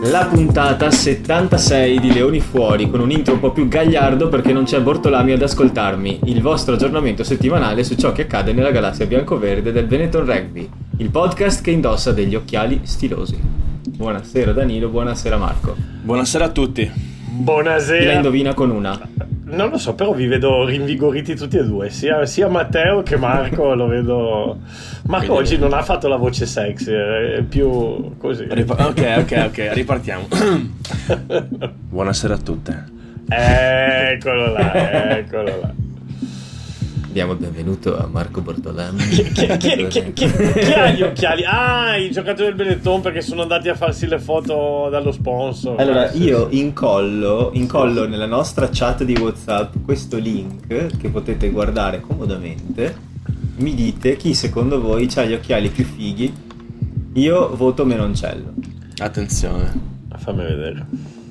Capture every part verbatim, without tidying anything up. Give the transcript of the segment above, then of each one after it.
La puntata settantasei di Leoni Fuori, con un intro un po' più gagliardo perché non c'è Bortolami ad ascoltarmi. Il vostro aggiornamento settimanale su ciò che accade nella galassia biancoverde del Benetton Rugby, il podcast che indossa degli occhiali stilosi. Buonasera Danilo, buonasera Marco. Buonasera a tutti. Buonasera. Chi la indovina con una? Non lo so, però vi vedo rinvigoriti tutti e due, sia, sia Matteo che Marco. Lo vedo. Marco Vedi. Oggi non ha fatto la voce sexy, è più così. Rip- ok, ok, ok, ripartiamo. Buonasera a tutte. Eccolo là, eccolo là. Diamo il benvenuto a Marco Bortolami. Chi, chi, chi, chi, chi, chi ha gli occhiali? Ah, i giocatori del Benetton, perché sono andati a farsi le foto dallo sponsor. Allora, Sì, io sì. incollo, incollo nella nostra chat di WhatsApp questo link che potete guardare comodamente. Mi dite chi secondo voi ha gli occhiali più fighi. Io voto Menoncello. Attenzione. Fammi vedere.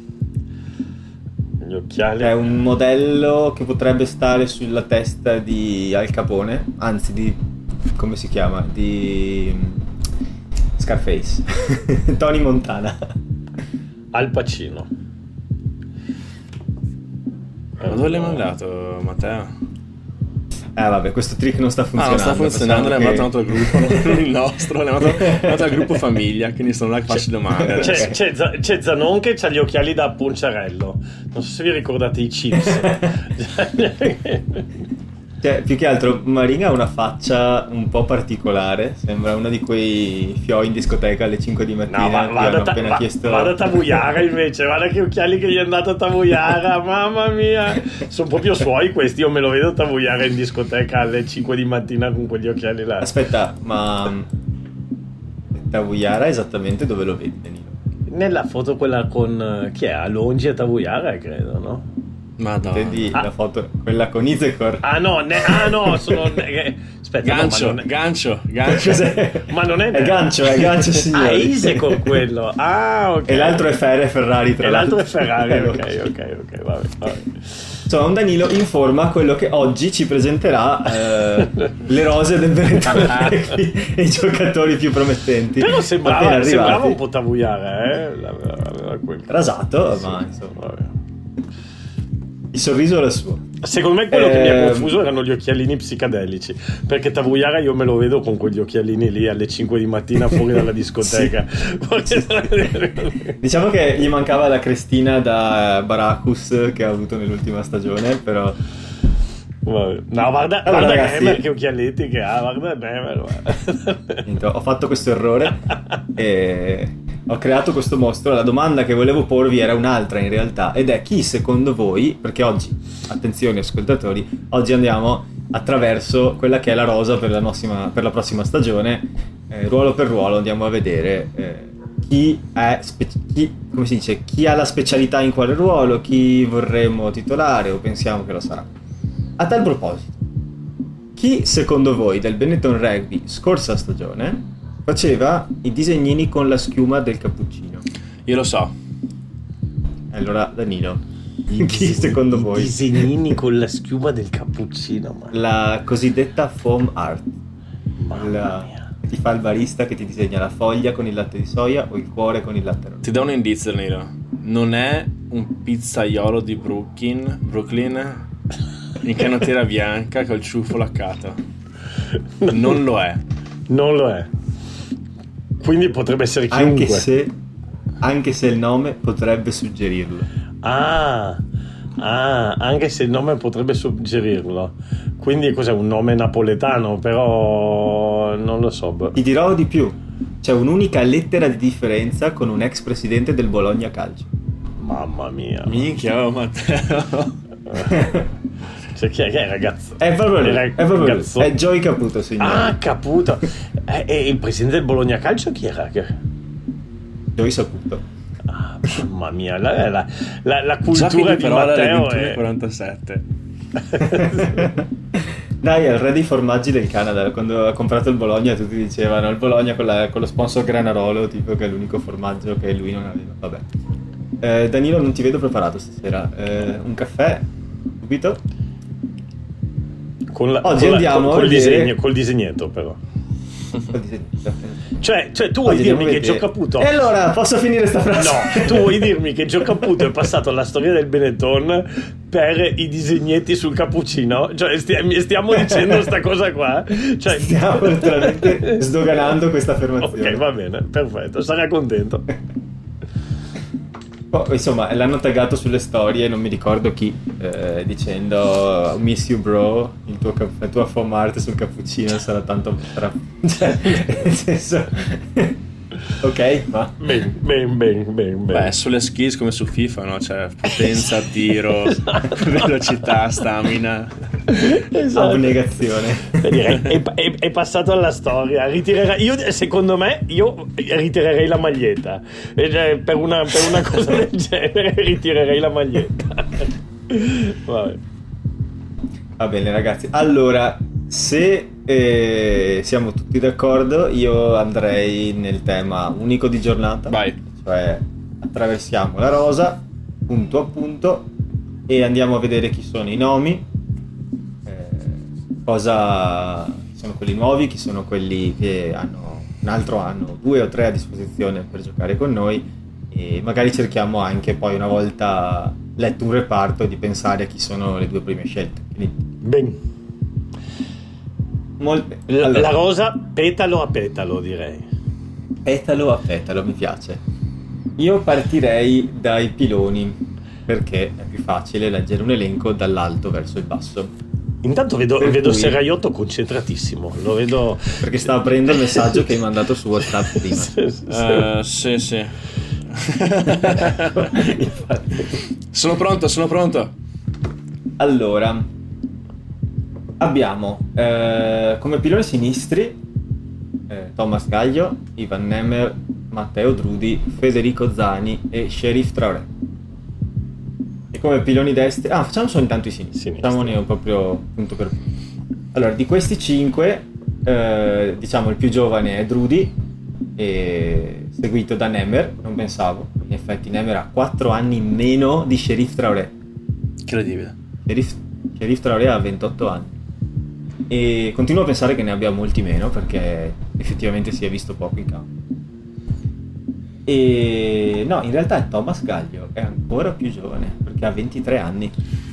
Gli occhiali. È un modello che potrebbe stare sulla testa di Al Capone, anzi di... come si chiama? Di... Scarface. Tony Montana. Al Pacino. Ma dove l'hai mandato, Matteo? Eh vabbè, questo trick non sta Ah, funzionando. non sta funzionando, l'hai Facciamo mandato un altro gruppo, non il nostro, l'hai mandato, l'hai mandato al gruppo famiglia, quindi sono là che faccio domande. C'è, c'è, Z- c'è Zanon che ha gli occhiali da Punciarello. Non so se vi ricordate i chips. Cioè, più che altro Maringa ha una faccia un po' particolare, sembra uno di quei fioi in discoteca alle cinque di mattina. No, va, che vada, hanno ta- appena va, chiesto... vada a Tavuiara invece. Guarda che occhiali che gli è andato a Tavuiara. Mamma mia, sono proprio suoi questi. Io me lo vedo a Tavuiara in discoteca alle cinque di mattina con quegli occhiali là. Aspetta, ma Tavuiara esattamente dove lo vedi, Danilo? Nella foto quella con chi è? Alongi a Tavuiara, credo, no? Madonna. Vedi Ah. la foto, quella con Isecor? Ah no, ne- ah no, sono ne- aspetta, Gancio, no, ma non è- gancio, gancio. Cos'è? ma non è È gancio, è gancio Ah, è signori. Isecor quello. Ah, ok. E l'altro è Fer- Ferrari, tra E l'altro è Ferrari, Eh, ok, ok, ok, vabbè, vabbè. Insomma, un Danilo in forma, quello che oggi ci presenterà eh, le rose del Benetton Rugby e i giocatori più promettenti. Però appena sembrava, arrivati. sembrava un po' Tavuiara, eh? La- la- la- quel- Rasato, Sì, ma insomma, vabbè. il sorriso era suo. Secondo me quello che mi ha Ehm. confuso erano gli occhialini psicadelici, perché Tavuiara io me lo vedo con quegli occhialini lì alle cinque di mattina fuori dalla discoteca. Diciamo che gli mancava la crestina da Baracus che ha avuto nell'ultima stagione, però Vabbè. No, guarda, Allora, guarda ragazzi- Nemer, che occhialetti che ha, guarda Nemer, guarda. niente, ho fatto questo errore e ho creato questo mostro. La domanda che volevo porvi era un'altra in realtà, ed è chi secondo voi, perché oggi, attenzione ascoltatori, oggi andiamo attraverso quella che è la rosa per la prossima, per la prossima stagione, eh, ruolo per ruolo andiamo a vedere eh, chi è spe- chi, come si dice, chi ha la specialità in quale ruolo, chi vorremmo titolare o pensiamo che lo sarà. A tal proposito, chi secondo voi del Benetton Rugby scorsa stagione faceva i disegnini con la schiuma del cappuccino? Io lo so. Allora Danilo, chi secondo I voi? disegnini con la schiuma del cappuccino, ma La cosiddetta foam art, mamma la, mia. ti fa il barista che ti disegna la foglia con il latte di soia o il cuore con il latte rosso. Ti do un indizio, Nilo. Non è un pizzaiolo di Brooklyn, Brooklyn in canottiera bianca col ciuffo laccato. Non lo è. Non lo è. Quindi potrebbe essere chiunque. Anche se, anche se il nome potrebbe suggerirlo. Ah, ah, anche se il nome potrebbe suggerirlo. Quindi cos'è, un nome napoletano? Però non lo so. boh. Ti dirò di più, c'è un'unica lettera di differenza con un ex presidente del Bologna Calcio. Mamma mia. Minchia, oh, Matteo. Cioè, chi è, chi è il ragazzo? È proprio lui, Il è proprio lui, ragazzo- è Joey Caputo, signore. Ah, Caputo. E, e il presidente del Bologna Calcio chi era? Che- Joey Saputo. Ah, mamma mia, la, la, la, la Già cultura che di parola alle Matteo ventuno e è... quarantasette. Dai, è il re dei formaggi del Canada. Quando ha comprato il Bologna tutti dicevano il Bologna con, la, con lo sponsor Granarolo, tipo, che è l'unico formaggio che lui non aveva. Vabbè. Eh, Danilo, non ti vedo preparato stasera. Eh, un caffè? Subito? Con la, Oggi con la- andiamo con- a col vedere- disegno, col disegnetto però. Cioè, cioè tu vuoi Oggi dirmi che vedere. Gio Caputo... E allora, posso finire sta frase? No, tu vuoi dirmi che Gio Caputo è passato alla storia del Benetton per i disegnetti sul cappuccino? Cioè, stiamo, stiamo dicendo sta cosa qua? Cioè... Stiamo letteralmente sdoganando questa affermazione. Ok, va bene, perfetto, sarà contento. Oh, insomma, l'hanno taggato sulle storie, non mi ricordo chi, eh, dicendo miss you bro, il tuo cap- la tua foam art sul cappuccino sarà tanto... Sarà... cioè, nel senso... ok, va. Ben, ben, ben, ben, ben. Beh, sulle skills come su FIFA, no? Cioè, potenza, tiro, velocità, stamina, Esatto. abnegazione. Direi, è, è, è passato alla storia. Ritirerà, io, secondo me, io ritirerei la maglietta. E cioè, per, una, per una cosa del genere, ritirerei la maglietta. Vabbè. Va bene ragazzi, allora se eh, siamo tutti d'accordo io andrei nel tema unico di giornata. Vai. Cioè attraversiamo la rosa punto a punto e andiamo a vedere chi sono i nomi, eh, cosa, chi sono quelli nuovi, chi sono quelli che hanno un altro anno, due o tre a disposizione per giocare con noi, e magari cerchiamo anche poi, una volta letto un reparto, di pensare a chi sono le due prime scelte. Quindi, Ben. molte, La, allora, la rosa petalo a petalo, direi. petalo a petalo, mi piace. Io partirei dai piloni, perché è più facile leggere un elenco dall'alto verso il basso, Intanto vedo, Per vedo cui- Serraiotto concentratissimo. Lo vedo. perché stavo aprendo il messaggio che hai mandato su WhatsApp prima. Sì, sì, sì. Eh, sì, sì. Infatti. Sono pronto, sono pronto. Allora, abbiamo eh, come piloni sinistri eh, Thomas Gaglio, Ivan Nemer, Matteo Drudi, Federico Zani e Sheriff Traoré. E come piloni destri, ah, facciamo solo intanto i sinistri, Sinistri. facciamone un proprio punto per punto. Allora, di questi cinque, eh, diciamo il più giovane è Drudi, e seguito da Nemer. Non pensavo, in effetti Nemer ha quattro anni in meno di Sheriff Traoré. Incredibile. Sheriff, Sheriff Traoré ha ventotto anni e continuo a pensare che ne abbia molti meno, perché effettivamente si è visto poco in campo. E no, in realtà Thomas Gaglio è ancora più giovane, perché ha ventitré anni.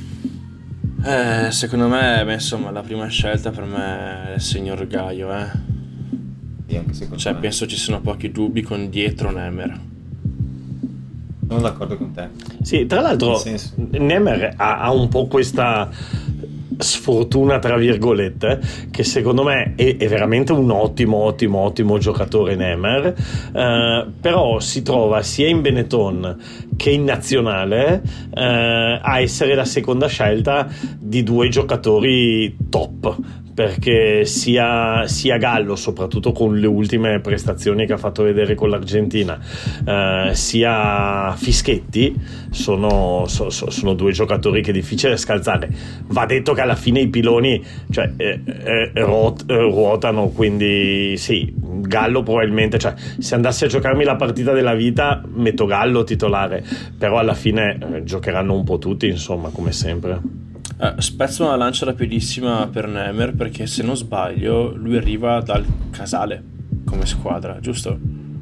Eh, secondo me, beh, insomma, la prima scelta per me è il signor Gaio, eh. Sì, anche secondo Cioè, me. penso ci siano pochi dubbi con dietro Nemer. Sono d'accordo con te. Sì, tra l'altro Nel senso- Nemer ha, ha un po' questa sfortuna, tra virgolette, che secondo me è, è veramente un ottimo ottimo ottimo giocatore Nemer, eh, però si trova sia in Benetton che in nazionale eh, a essere la seconda scelta di due giocatori top, perché sia, sia Gallo, soprattutto con le ultime prestazioni che ha fatto vedere con l'Argentina, eh, sia Fischetti sono, so- so- sono due giocatori che è difficile scalzare. Va detto che alla fine i piloni, cioè, eh, eh, ruot- eh, ruotano, quindi sì, Gallo probabilmente, cioè, se andassi a giocarmi la partita della vita metto Gallo titolare, però alla fine eh, giocheranno un po' tutti, insomma, come sempre. Eh, spezzo una lancia rapidissima per Nemer, perché se non sbaglio lui arriva dal Casale come squadra, giusto?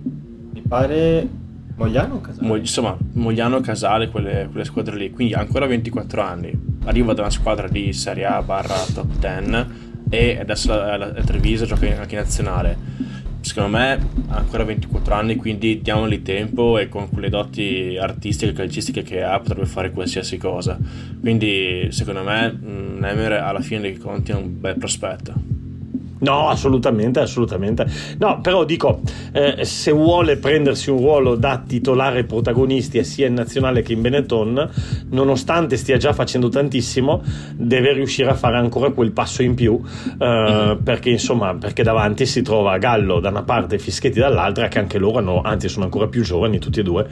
Mi pare Mogliano o Casale? Mo- insomma, Mogliano, Casale, quelle, quelle squadre lì, quindi ha ancora ventiquattro anni, arriva da una squadra di Serie A barra top dieci e adesso la, la, la Treviso gioca in- anche in nazionale. Secondo me ha ancora ventiquattro anni, quindi diamogli tempo, e con quelle doti artistiche e calcistiche che ha potrebbe fare qualsiasi cosa. Quindi secondo me mh, Nemer alla fine dei conti è un bel prospetto. No, assolutamente, assolutamente. No, però dico, eh, se vuole prendersi un ruolo da titolare protagonisti sia in nazionale che in Benetton, nonostante stia già facendo tantissimo, deve riuscire a fare ancora quel passo in più, eh, mm-hmm. perché insomma, perché davanti si trova Gallo da una parte e Fischetti dall'altra, che anche loro hanno, anzi sono ancora più giovani tutti e due,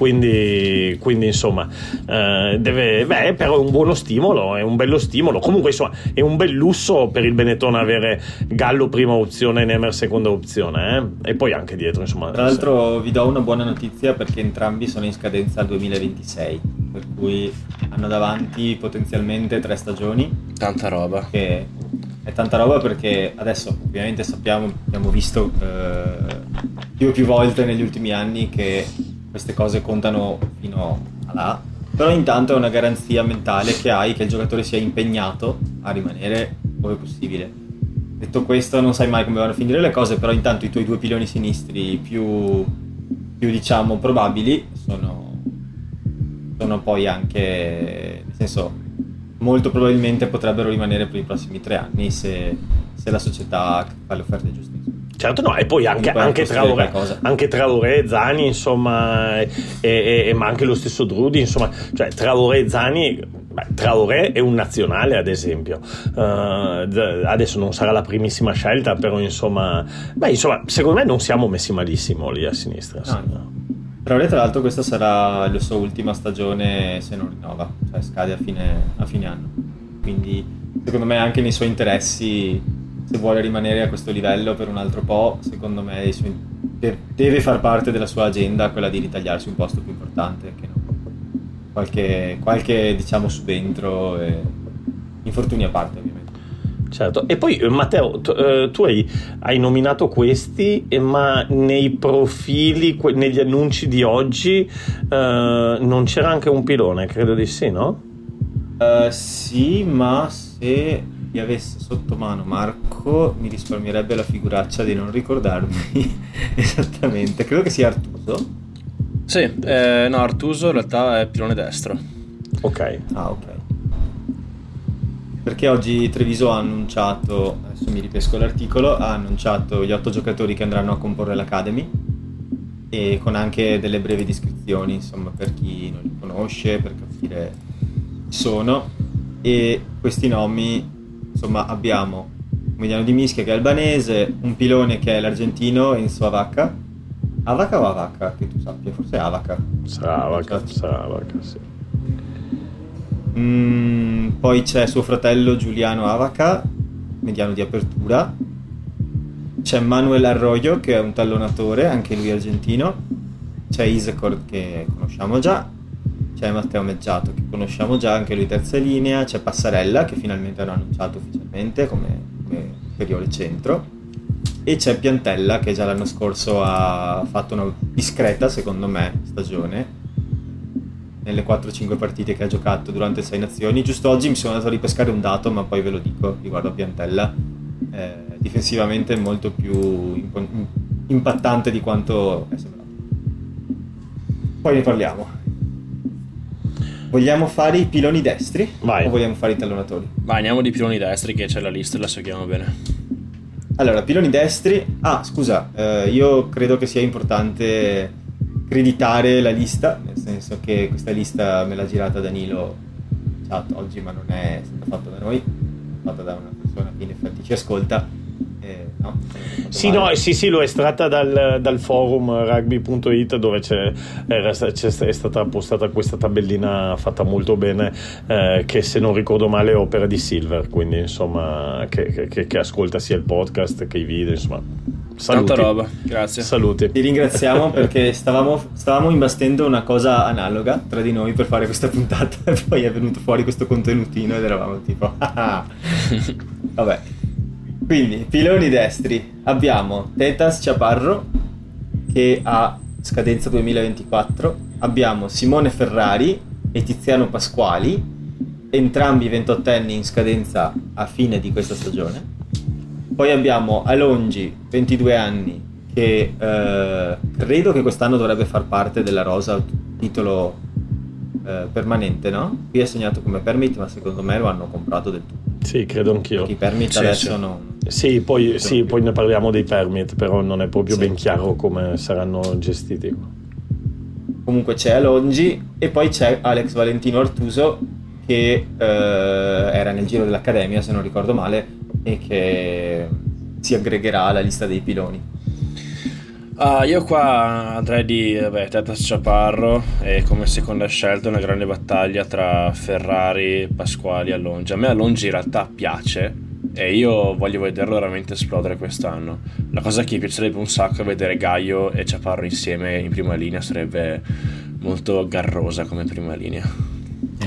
quindi, quindi insomma, eh, deve, beh, però è un buono stimolo, è un bello stimolo. Comunque insomma, è un bel lusso per il Benetton avere Gallo prima opzione e Nemer seconda opzione, eh? E poi anche dietro, insomma. Tra l'altro vi do una buona notizia, perché entrambi sono in scadenza al duemilaventisei, per cui hanno davanti potenzialmente tre stagioni. Tanta roba. Che è tanta roba, perché adesso ovviamente sappiamo, abbiamo visto eh, più e più volte negli ultimi anni che queste cose contano fino a là, però intanto è una garanzia mentale che hai che il giocatore sia impegnato a rimanere dove possibile. Detto questo, non sai mai come vanno a finire le cose, però intanto i tuoi due piloni sinistri più, più diciamo probabili sono, sono poi anche, nel senso, molto probabilmente potrebbero rimanere per i prossimi tre anni se, se la società fa le offerte giuste. Certo, no, e poi anche, anche, Traoré, anche Traoré, Zani, insomma, e, e, e, ma anche lo stesso Drudi, insomma, cioè Traoré, Zani, beh, Traoré è un nazionale, ad esempio. Uh, adesso non sarà la primissima scelta, però insomma, beh, insomma, secondo me non siamo messi malissimo lì a sinistra. No, no. Traoré, tra l'altro, questa sarà la sua ultima stagione se non rinnova, cioè scade a fine, a fine anno. Quindi, secondo me, anche nei suoi interessi, se vuole rimanere a questo livello per un altro po', secondo me i suoi, deve far parte della sua agenda quella di ritagliarsi un posto più importante, che no? qualche, qualche diciamo subentro e infortuni a parte, ovviamente. Certo, e poi Matteo, tu, eh, tu hai, hai nominato questi, eh, ma nei profili, que- negli annunci di oggi eh, non c'era anche un pilone, credo di sì, no? Uh, sì, ma se li avesse sotto mano Marco mi risparmierebbe la figuraccia di non ricordarmi esattamente. Credo che sia Artuso. Sì, eh, no, Artuso in realtà è pilone destro. Ok. Ah, ok. Perché oggi Treviso ha annunciato, adesso mi ripesco l'articolo, ha annunciato gli otto giocatori che andranno a comporre l'Academy, e con anche delle brevi descrizioni, insomma, per chi non li conosce, per capire chi sono. E questi nomi, insomma, abbiamo un mediano di mischia che è albanese, un pilone che è l'argentino Enzo Avaca. Avaca o Avaca, che tu sappia? Forse Avaca. Sarà Avaca, sarà Avaca, sì. Mm, poi c'è suo fratello Giuliano Avaca, mediano di apertura. C'è Manuel Arroyo, che è un tallonatore, anche lui argentino. C'è Isecor, che conosciamo già. C'è Matteo Meggiato, che conosciamo già, anche lui terza linea. C'è Passarella, che finalmente hanno annunciato ufficialmente come, come superiore centro. E c'è Piantella, che già l'anno scorso ha fatto una discreta, secondo me, stagione nelle quattro cinque partite che ha giocato durante Sei Nazioni. Giusto oggi mi sono andato a ripescare un dato, ma poi ve lo dico riguardo a Piantella. Eh, difensivamente è molto più imp- impattante di quanto è sembrato. Poi ne parliamo. Vogliamo fare i piloni destri? Vai. O vogliamo fare i tallonatori? Vai, andiamo di piloni destri, che c'è la lista e la seguiamo bene. Allora, piloni destri. Ah, scusa, eh, io credo che sia importante creditare la lista, nel senso che questa lista me l'ha girata Danilo chat oggi, ma non è stata fatta da noi, è fatta da una persona che in effetti ci ascolta. Eh, no? Sì, no, sì, sì, l'ho estratta dal, dal forum rugby punto it, dove c'è, era, c'è, è stata postata questa tabellina fatta molto bene, eh, che se non ricordo male è opera di Silver, quindi insomma che, che, che ascolta sia il podcast che i video, insomma. Saluti. Tanta roba, grazie. Saluti. Ti ringraziamo perché stavamo, stavamo imbastendo una cosa analoga tra di noi per fare questa puntata e poi è venuto fuori questo contenutino ed eravamo tipo vabbè. Quindi piloni destri abbiamo Tetas Chaparro, che ha scadenza duemilaventiquattro, abbiamo Simone Ferrari e Tiziano Pasquali, entrambi ventottenni in scadenza a fine di questa stagione. Poi abbiamo Alongi, ventidue anni, che eh, credo che quest'anno dovrebbe far parte della rosa titolo eh, permanente, no? Qui è segnato come permit, ma secondo me lo hanno comprato del tutto. Sì, credo anch'io. Perché i permit sì, adesso sì. non... Sì, poi, sì, poi ne parliamo dei permit, però non è proprio sì. ben chiaro come saranno gestiti. Comunque c'è Alongi e poi c'è Alex Valentino Artuso, che eh, era nel giro dell'Accademia, se non ricordo male, e che si aggregherà alla lista dei piloni. Uh, io qua andrei di vabbè, Tetas Chaparro, e come seconda scelta una grande battaglia tra Ferrari, Pasquali e Alongi. A me Alongi in realtà piace e io voglio vederlo veramente esplodere quest'anno. La cosa che mi piacerebbe un sacco è vedere Gaio e Chaparro insieme in prima linea, sarebbe molto garrosa come prima linea.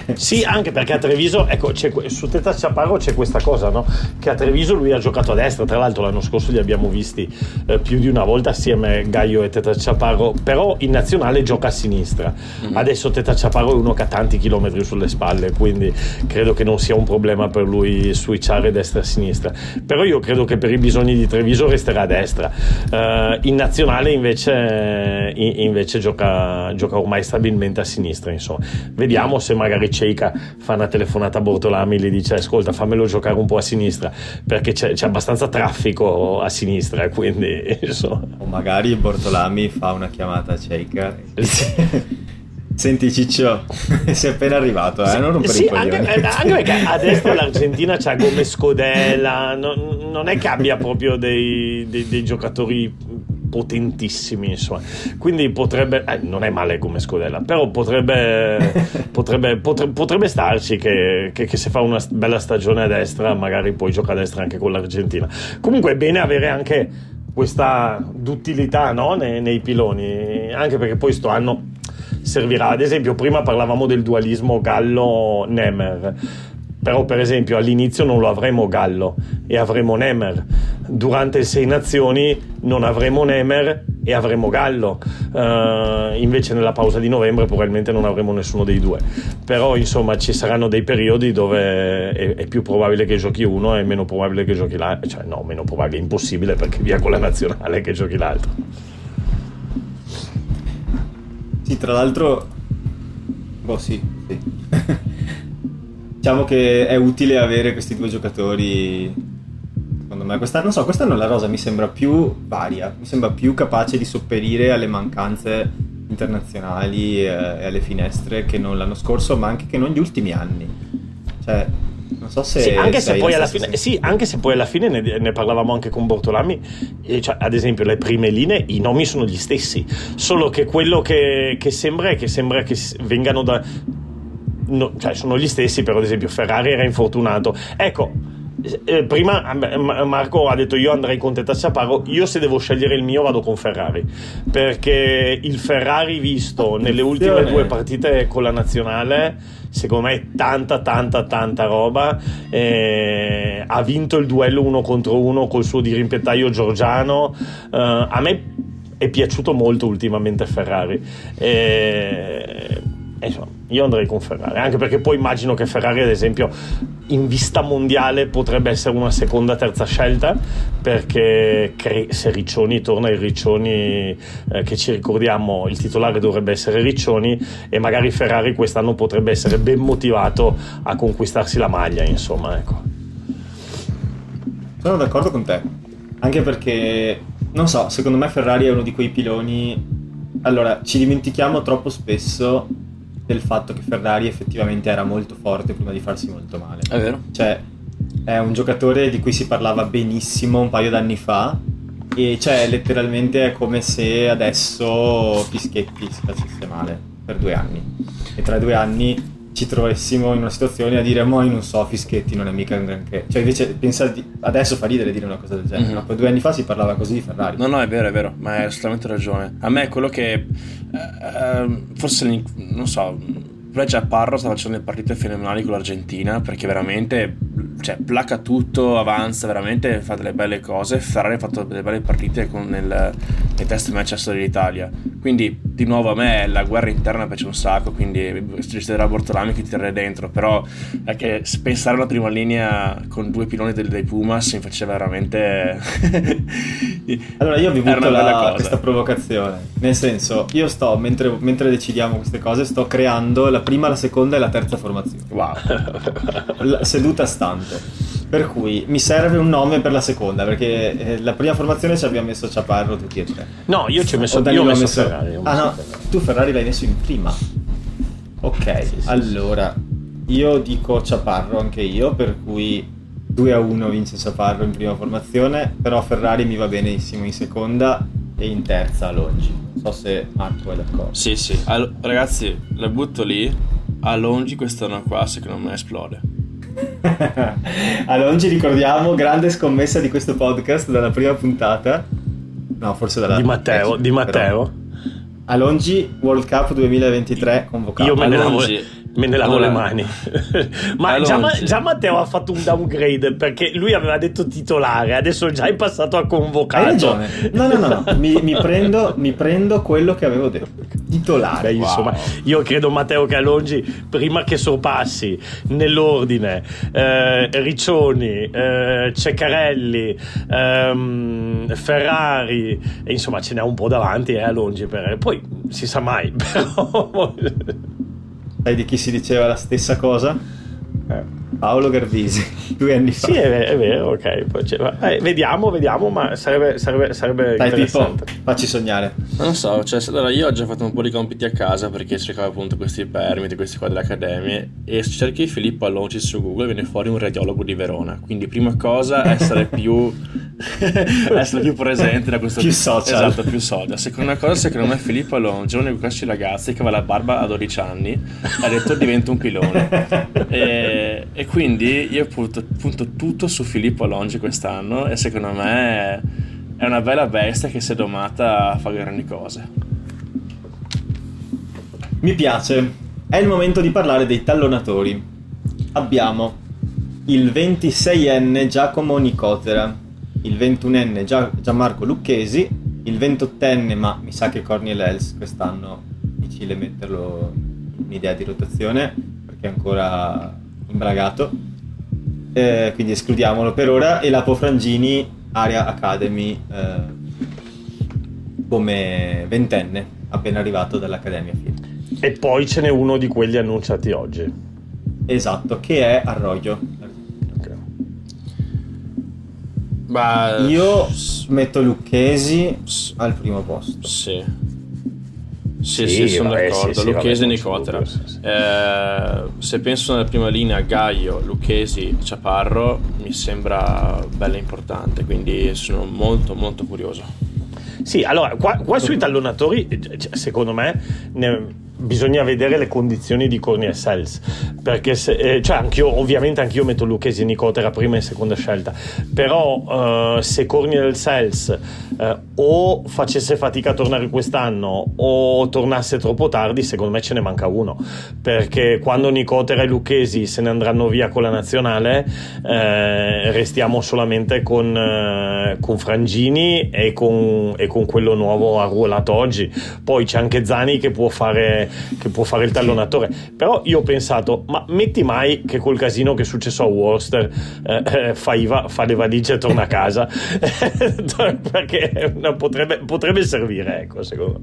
Sì, anche perché a Treviso, ecco, c'è, su Teta Chaparro c'è questa cosa, no? Che a Treviso lui ha giocato a destra, tra l'altro l'anno scorso li abbiamo visti eh, più di una volta assieme Gaio e Teta Chaparro, però in nazionale gioca a sinistra. Mm-hmm. Adesso Teta Chaparro è uno che ha tanti chilometri sulle spalle, quindi credo che non sia un problema per lui switchare destra e sinistra, però io credo che per i bisogni di Treviso resterà a destra. Uh, in nazionale invece, invece gioca, gioca ormai stabilmente a sinistra, insomma. Vediamo se magari Ceika fa una telefonata a Bortolami e gli dice ascolta fammelo giocare un po' a sinistra, perché c'è, c'è abbastanza traffico a sinistra, quindi insomma. O magari Bortolami fa una chiamata a Ceika e dice senti Ciccio, sei appena arrivato, eh? Non rompere sì, i coglioni. Anche, anche perché a destra l'Argentina c'ha Gomez Scodella, non, non è che abbia proprio dei, dei, dei giocatori potentissimi, insomma. Quindi potrebbe, eh, non è male come Scodella, però potrebbe potrebbe, potrebbe, potrebbe starci che, che, che se fa una bella stagione a destra magari poi gioca a destra anche con l'Argentina. Comunque è bene avere anche questa duttilità, no? nei, nei piloni, anche perché poi sto anno servirà. Ad esempio prima parlavamo del dualismo Gallo-Nemer, però per esempio all'inizio non lo avremo Gallo e avremo Nemer, durante il Sei Nazioni non avremo Nemer e avremo Gallo, uh, invece nella pausa di novembre probabilmente non avremo nessuno dei due, però insomma ci saranno dei periodi dove è, è più probabile che giochi uno e meno probabile che giochi l'altro, cioè no, meno probabile, è impossibile perché via con la nazionale che giochi l'altro. Sì, tra l'altro boh sì, sì. Diciamo che è utile avere questi due giocatori, secondo me. Quest'anno, non so, quest'anno la rosa mi sembra più varia, mi sembra più capace di sopperire alle mancanze internazionali e alle finestre che non l'anno scorso, ma anche che non gli ultimi anni. Cioè, non so se... Sì, anche se poi alla fine, sì, anche se poi alla fine ne, ne parlavamo anche con Bortolami, eh, cioè, ad esempio le prime linee, i nomi sono gli stessi, solo che quello che, che sembra è che sembra che vengano da... No, cioè sono gli stessi, però ad esempio Ferrari era infortunato, ecco, eh, prima Marco ha detto io andrei con Teta Chaparro, io se devo scegliere il mio vado con Ferrari, perché il Ferrari visto nelle ultime due partite con la nazionale secondo me è tanta tanta tanta roba, eh, ha vinto il duello uno contro uno col suo dirimpettaio Giorgiano, eh, a me è piaciuto molto ultimamente Ferrari, eh, insomma, io andrei con Ferrari, anche perché poi immagino che Ferrari ad esempio in vista mondiale potrebbe essere una seconda terza scelta, perché se Riccioni torna, il Riccioni eh, che ci ricordiamo il titolare dovrebbe essere Riccioni, e magari Ferrari quest'anno potrebbe essere ben motivato a conquistarsi la maglia, insomma, ecco. Sono d'accordo con te, anche perché non so, secondo me Ferrari è uno di quei piloni, allora ci dimentichiamo troppo spesso del fatto che Ferrari effettivamente era molto forte prima di farsi molto male. È vero. Cioè, è un giocatore di cui si parlava benissimo un paio d'anni fa, e cioè letteralmente è come se adesso Fischetti si facesse male per due anni e tra due anni ci trovassimo in una situazione a dire mo io non so, Fischetti non è mica un granché, cioè invece pensa di... adesso fa ridere dire una cosa del genere, mm-hmm. ma poi due anni fa si parlava così di Ferrari. No no è vero è vero, ma hai assolutamente ragione. A me è quello che eh, forse non so, però già Parro sta facendo delle partite fenomenali con l'Argentina, perché veramente cioè placa tutto, avanza, veramente fa delle belle cose. Ferrari ha fatto delle belle partite con nel, nei test match a storia d'Italia, quindi di nuovo a me la guerra interna piace un sacco, quindi gestirà Bortolami che tirare dentro, però è che pensare alla prima linea con due piloni dei, dei Pumas mi faceva veramente allora io vi butto la, questa provocazione, nel senso io sto mentre, mentre decidiamo queste cose sto creando la prima, la seconda e la terza formazione, wow. la, seduta stante, per cui mi serve un nome per la seconda, perché eh, la prima formazione ci abbiamo messo Chaparro tutti e tre. No, io ci ho messo, io ho messo, messo Ferrari. Ho messo ah no, Ferrari. Tu Ferrari l'hai messo in prima. Ok, sì, sì, allora sì. Io dico Chaparro anche io, per cui due a uno vince Chaparro in prima formazione, però Ferrari mi va benissimo in seconda e in terza Alongi. Non so se Marco è d'accordo. Sì, sì. All- ragazzi, la butto lì. Alongi quest'anno qua secondo me esplode. Alongi, ricordiamo, grande scommessa di questo podcast dalla prima puntata. No, forse dalla di Matteo, dieci, di Matteo. Però... Alongi World Cup duemilaventitré convocato. Io me ne lavo, Alongi. me ne lavo Allora. le mani. Ma Alongi. già, già Matteo ha fatto un downgrade, perché lui aveva detto titolare, adesso già è passato a convocato. Hai ragione. No, no, no, no. Mi, mi, prendo, mi prendo quello che avevo detto. Titolare. Beh, insomma, Wow. io credo, Matteo, che Alongi, prima che sorpassi nell'ordine eh, Riccioni, eh, Ceccarelli, ehm, Ferrari, e insomma ce n'è un po' davanti, eh, Alongi, per... poi si sa mai, però... Sai di chi si diceva la stessa cosa? Eh. Paolo Garbisi, due anni fa. Sì, è vero, è vero, ok. Poi c'è- eh, vediamo, vediamo, ma sarebbe, sarebbe, sarebbe Dai Pippo, interessante. facci sognare. Non so, cioè, se- allora io ho già fatto un po' di compiti a casa perché cercavo appunto questi permiti, questi qua delle accademie, e se cerchi Filippo Alongi su Google viene fuori un radiologo di Verona, quindi prima cosa essere più essere più presente da questo Più social. Esatto, più social. Seconda cosa, secondo me Filippo Alongi è uno di questi ragazzi che aveva la barba a dodici anni, ha detto divento un pilone, e, e quindi io punto, punto tutto su Filippo Alongi quest'anno, e secondo me è una bella bestia che si è domata a fare grandi cose. Mi piace. È il momento di parlare dei tallonatori. Abbiamo il ventiseienne Giacomo Nicotera, il ventunenne Gia- Gianmarco Lucchesi, il ventottenne, ma mi sa che Corniel Els quest'anno è difficile metterlo in idea di rotazione perché è ancora imbragato, eh, quindi escludiamolo per ora, e Lapo Frangini, Area Academy, eh, come ventenne appena arrivato dall'Accademia Film. E poi ce n'è uno di quelli annunciati oggi. Esatto, che è Arroyo. Ok. Ma Io metto Lucchesi al primo posto. sì. Sì, Sì, sì, sono vabbè, d'accordo. sì, sì, Lucchesi e vabbè, Nicotera. sì, sì. Eh, se penso nella prima linea Gaio, Lucchesi, Ciaparro, mi sembra bella importante, quindi sono molto molto curioso. Sì, allora, qua, qua sui tallonatori, cioè, secondo me, ne- bisogna vedere le condizioni di Corniel Sels, perché se, eh, cioè anch'io, ovviamente anch'io metto Lucchesi e Nicotera prima e seconda scelta, però eh, se Corniel Sels eh, o facesse fatica a tornare quest'anno o tornasse troppo tardi, secondo me ce ne manca uno, perché quando Nicotera e Lucchesi se ne andranno via con la nazionale, eh, restiamo solamente con, eh, con Frangini e con, e con quello nuovo arruolato oggi. Poi c'è anche Zani che può fare che può fare il tallonatore, però io ho pensato, ma metti mai che col casino che è successo a Worcester eh, eh, Faiva fa le valigie e torna a casa perché no, potrebbe, potrebbe servire, ecco, secondo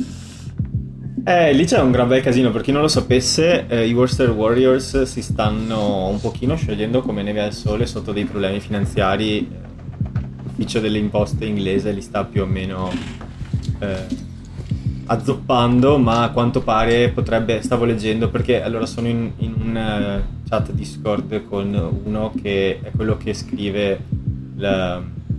me. Eh, lì c'è un gran bel casino, per chi non lo sapesse, eh, i Worcester Warriors si stanno un pochino sciogliendo come neve al sole sotto dei problemi finanziari. L'ufficio delle imposte inglese li sta più o meno eh, azzoppando, ma a quanto pare potrebbe, stavo leggendo, perché allora sono in, in un uh, chat Discord con uno che è quello che scrive la,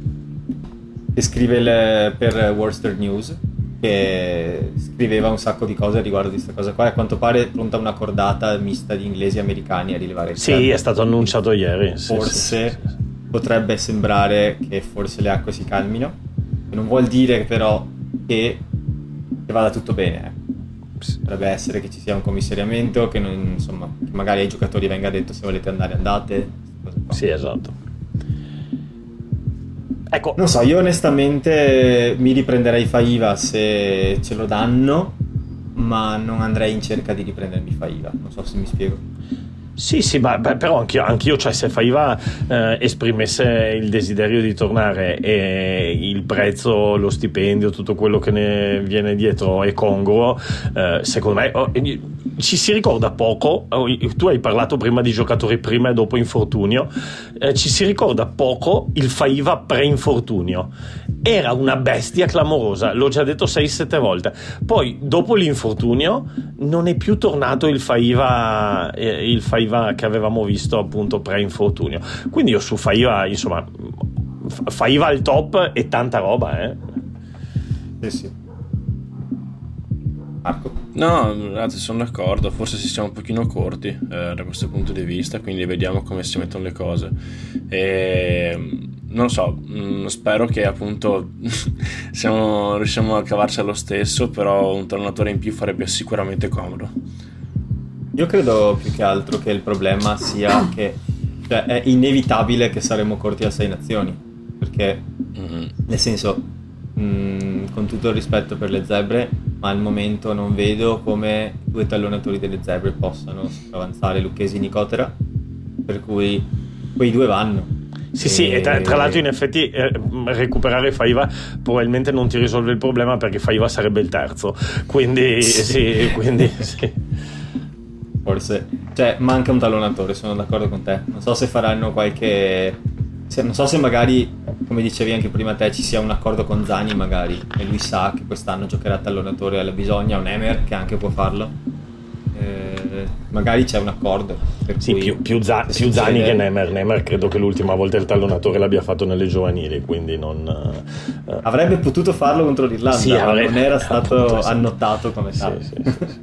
che scrive le, per Worcester News, che scriveva un sacco di cose riguardo di questa cosa qua, e a quanto pare è pronta una cordata mista di inglesi e americani a rilevare il Sì, club. è stato annunciato ieri. Sì, Forse sì, sì, sì. potrebbe sembrare che forse le acque si calmino, che non vuol dire però che che vada tutto bene. Potrebbe essere che ci sia un commissariamento, che non, insomma, che magari ai giocatori venga detto se volete andare andate, cose qua. Sì, esatto. Ecco, Non so, io onestamente mi riprenderei Faiva se ce lo danno, ma non andrei in cerca di riprendermi Faiva, non so se mi spiego. sì, sì, ma beh, però anch'io, anch'io, cioè, se Faiva eh, esprimesse il desiderio di tornare e il prezzo, lo stipendio, tutto quello che ne viene dietro è congruo, eh, secondo me oh, ci si ricorda poco. Oh, tu hai parlato prima di giocatori prima e dopo infortunio, eh, ci si ricorda poco il Faiva pre-infortunio. Era una bestia clamorosa, l'ho già detto sei sette volte. Poi dopo l'infortunio non è più tornato il Faiva, eh, il Faiva che avevamo visto appunto pre-infortunio. Quindi io su Faiva, insomma, Faiva al top e tanta roba, eh. Sì, sì. Marco? No, ragazzi, sono d'accordo, forse si siamo un pochino corti eh, da questo punto di vista, quindi vediamo come si mettono le cose. E non lo so, mh, spero che appunto siamo, riusciamo a cavarci lo stesso, però un talonatore in più farebbe sicuramente comodo. Io credo più che altro che il problema sia che, cioè, è inevitabile che saremo corti a sei nazioni, perché mm-hmm. nel senso, mh, con tutto il rispetto per le zebre, ma al momento non vedo come due tallonatori delle zebre possano avanzare Lucchesi e Nicotera, per cui quei due vanno. Sì, e... sì, e tra, tra l'altro in effetti eh, recuperare Faiva probabilmente non ti risolve il problema, perché Faiva sarebbe il terzo, quindi sì, sì quindi sì. Forse, cioè, manca un tallonatore, sono d'accordo con te. Non so se faranno qualche, se, non so se magari, come dicevi anche prima te, ci sia un accordo con Zani magari, e lui sa che quest'anno giocherà tallonatore alla bisogna, un Emer che anche può farlo. Eh, magari c'è un accordo per sì, cui più, più, za- più Zani che Nemer. Nemer credo che l'ultima volta il tallonatore l'abbia fatto nelle giovanili, quindi non uh, avrebbe potuto farlo contro l'Irlanda, sì, ma avrebbe, non era stato appunto, sì. annotato come tal. Sì, sì, sì.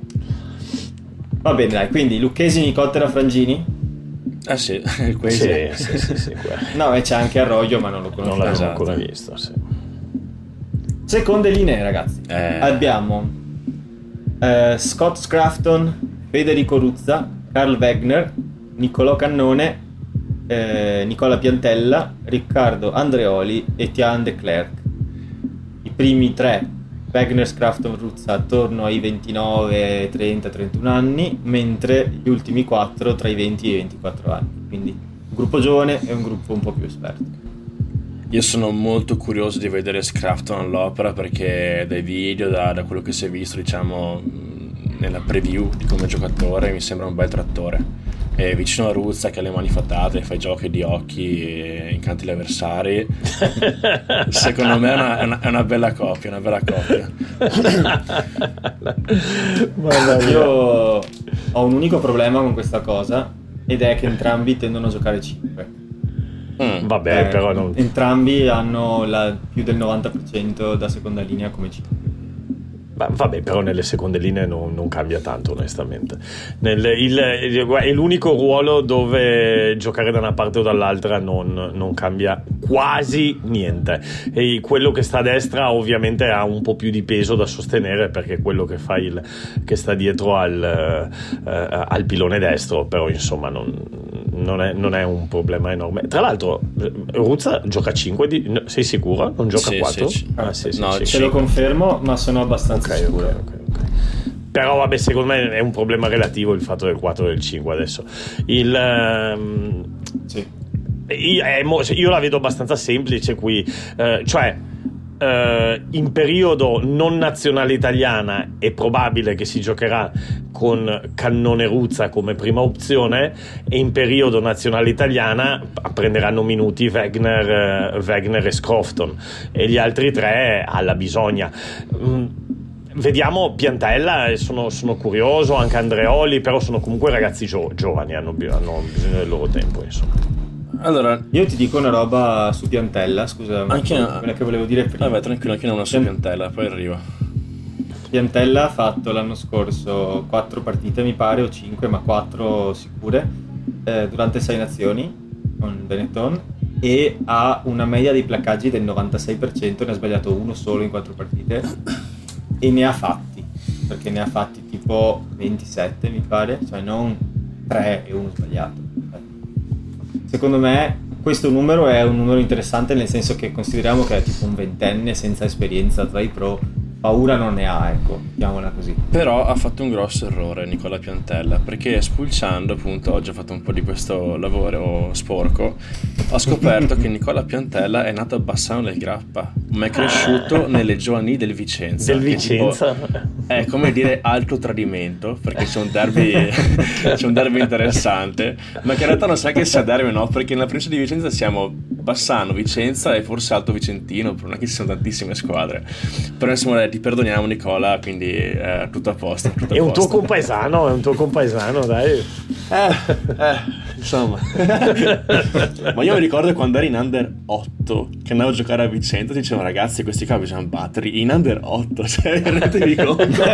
Va bene, dai, quindi Lucchesi, Nicotera, Frangini? Ah sì, sì, sì, sì, sì, sì no, e c'è anche Arroyo, ma non lo conosco. Non l'avevo esatto. ancora visto, sì. Seconde linee, ragazzi. Eh. Abbiamo eh, Scott Scrafton, Federico Ruzza, Carl Wegner, Niccolò Cannone, eh, Nicola Piantella, Riccardo Andreoli e Tian de Klerk. I primi tre, Wegner, Scrafton, Ruzza, attorno ai ventinove, trenta, trentuno anni, mentre gli ultimi quattro tra i venti e i ventiquattro anni. Quindi un gruppo giovane e un gruppo un po' più esperto. Io sono molto curioso di vedere Scrafton all'opera, perché dai video, da, da quello che si è visto, diciamo, nella preview di come giocatore, mi sembra un bel trattore. E vicino a Ruzza che ha le mani fatate, fa i giochi di occhi e incanti gli avversari. Secondo me è una, è, una, è una bella coppia, una bella coppia. Io ho un unico problema con questa cosa, ed è che entrambi tendono a giocare cinque. Mm, vabbè, eh, però non... entrambi hanno la, più del novanta per cento da seconda linea come cinque. Vabbè, però nelle seconde linee non, non cambia tanto, onestamente. Nel, il, il, è l'unico ruolo dove giocare da una parte o dall'altra non, non cambia quasi niente. E quello che sta a destra ovviamente ha un po' più di peso da sostenere, perché è quello che fa il che sta dietro al, eh, al pilone destro, però insomma non, non, è, non è un problema enorme. Tra l'altro Ruzza gioca cinque, di, sei sicuro? Non gioca sì, quattro? Sì, ah, sì, sì, no, sì, ce lo confermo, ma sono abbastanza okay, sicuro. Okay, okay, okay. Però vabbè, secondo me è un problema relativo il fatto del quattro e del cinque adesso. Il um, sì. io, io la vedo abbastanza semplice qui, uh, cioè uh, in periodo non nazionale italiana è probabile che si giocherà con Cannone Ruzza come prima opzione, e in periodo nazionale italiana prenderanno minuti Wegner, uh, Wegner e Scrofton, e gli altri tre alla bisogna. Mm, vediamo Piantella, sono, sono curioso, anche Andreoli, però sono comunque ragazzi gio- giovani, hanno, hanno bisogno del loro tempo, insomma. Allora, io ti dico una roba su Piantella, scusa, anche ma quella che volevo dire prima. Vabbè, tranquillo, anche una su Pian- Piantella, poi arrivo. Piantella ha fatto l'anno scorso quattro partite, mi pare, o cinque, ma quattro sicure, eh, durante sei nazioni con Benetton, e ha una media dei placcaggi del novantasei per cento, ne ha sbagliato uno solo in quattro partite, e ne ha fatti, perché ne ha fatti tipo ventisette, mi pare, cioè non tre e uno sbagliato. Secondo me questo numero è un numero interessante, nel senso che consideriamo che è tipo un ventenne senza esperienza tra i pro, paura non ne ha, ecco, chiamiamola così. Però ha fatto un grosso errore Nicola Piantella, perché spulciando, appunto, oggi ho fatto un po' di questo lavoro sporco, ho scoperto che Nicola Piantella è nato a Bassano del Grappa, ma è cresciuto nelle giovanili del Vicenza. Del Vicenza? Tipo, è come dire alto tradimento, perché c'è un derby c'è un derby interessante, ma che in realtà non sa che sia derby, no, perché nella provincia di Vicenza siamo Bassano, Vicenza e forse Alto Vicentino, non è che ci sono tantissime squadre. Però insomma ti perdoniamo Nicola, quindi eh, tutto a posto, tutto a è un posto. tuo compaesano, è un tuo compaesano, dai. Eh, eh, insomma. Ma io mi ricordo quando eri in under otto, che andavo a giocare a Vicenza, ti dicevano ragazzi questi qua bisogna batterli in under otto, cioè rendetevi conto.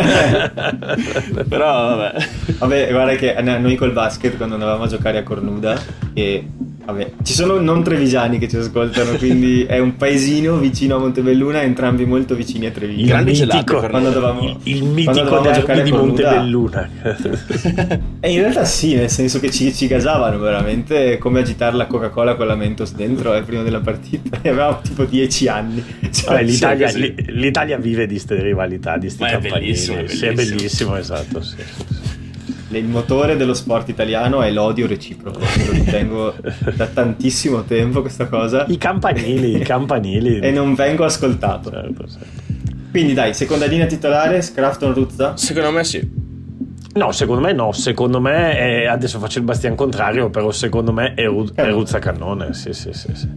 Però vabbè. Vabbè, guarda che noi col basket, quando andavamo a giocare a Cornuda, che Vabbè, ci sono non trevigiani che ci ascoltano, quindi è un paesino vicino a Montebelluna, entrambi molto vicini a Treviso. Il Grandi mitico, gelati per quando noi. dovevamo, il quando mitico dovevamo derby giocare di con Luda. Montebelluna. E in realtà sì, nel senso che ci, ci gasavano veramente, come agitare la Coca-Cola con la Mentos dentro eh, prima della partita. E avevamo tipo dieci anni. Cioè, Vabbè, l'Italia, sì, l- l'Italia vive di ste rivalità, di sti Ma è campanili. bellissimo, è Sì, è bellissimo. bellissimo, esatto. Sì, sì, sì. il motore dello sport italiano è l'odio reciproco. Lo ritengo da tantissimo tempo questa cosa. I campanili, i campanili. E non vengo ascoltato. Certo, certo. Quindi dai, seconda linea titolare, Scrafton Ruzza. Secondo me sì. No, secondo me no, secondo me è, adesso faccio il bastian contrario, però secondo me è, Ru- è Ruzza Cannone, sì sì sì sì.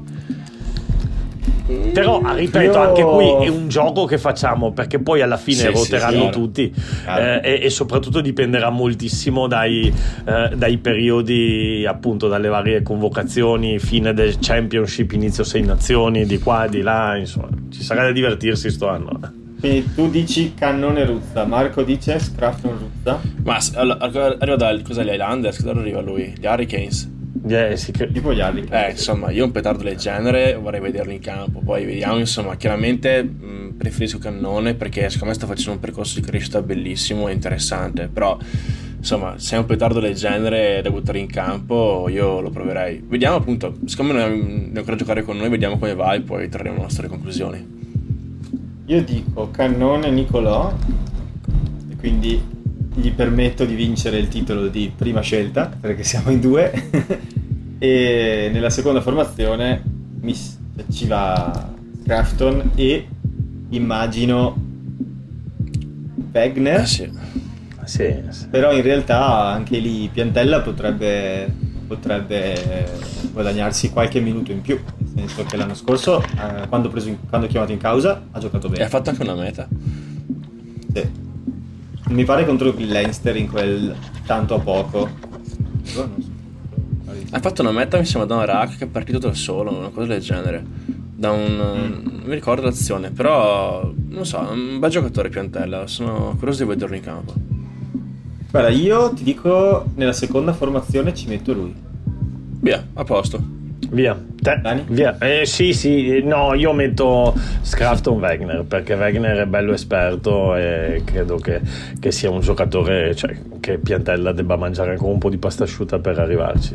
Però ripeto, Io- anche qui è un gioco che facciamo, perché poi alla fine Sì, roteranno sì, sì. tutti Chiaro. eh, e, e soprattutto dipenderà moltissimo dai, eh, dai periodi, appunto dalle varie convocazioni, fine del Championship, inizio sei nazioni, di qua, di là, insomma ci sarà da divertirsi sto anno. Quindi tu dici Cannone Ruzza, Marco dice Scrafton Ruzza. Ma s- all- all- arriva dal cosa gli Highlanders? Cosa arriva lui? Gli Hurricanes? Eh, sì, che- Tipo gli altri. Eh, insomma, io un petardo del genere vorrei vederlo in campo. Poi vediamo, insomma, chiaramente mh, preferisco Cannone perché secondo me sta facendo un percorso di crescita bellissimo e interessante. Però, insomma, se è un petardo del genere da buttare in campo, io lo proverei. Vediamo appunto, siccome non è ancora a giocare con noi, vediamo come va e poi trarremo le nostre conclusioni. Io dico Cannone Nicolò, e quindi gli permetto di vincere il titolo di prima scelta, perché siamo in due. E nella seconda formazione mi s- ci va Scrafton e immagino Wagner. Eh sì. sì, sì. Però in realtà anche lì Piantella potrebbe, potrebbe guadagnarsi qualche minuto in più, nel senso che l'anno scorso eh, quando, preso in, quando chiamato in causa ha giocato E bene. ha fatto anche una meta. Sì. Mi pare contro il Leinster in quel tanto a poco. Però non so. Ha fatto una meta, mi sembra, da un rack che è partito da solo, una cosa del genere. Da un... non mi ricordo l'azione, però non so, è un bel giocatore Piantella, sono curioso di vederlo in campo. Guarda, io ti dico nella seconda formazione ci metto lui. Via, a posto. Via, Te- Dani? via. Eh, sì, sì, no, io metto Scrafton Wagner perché Wagner è bello esperto e credo che, che sia un giocatore, cioè, che Piantella debba mangiare ancora un po' di pasta asciutta per arrivarci.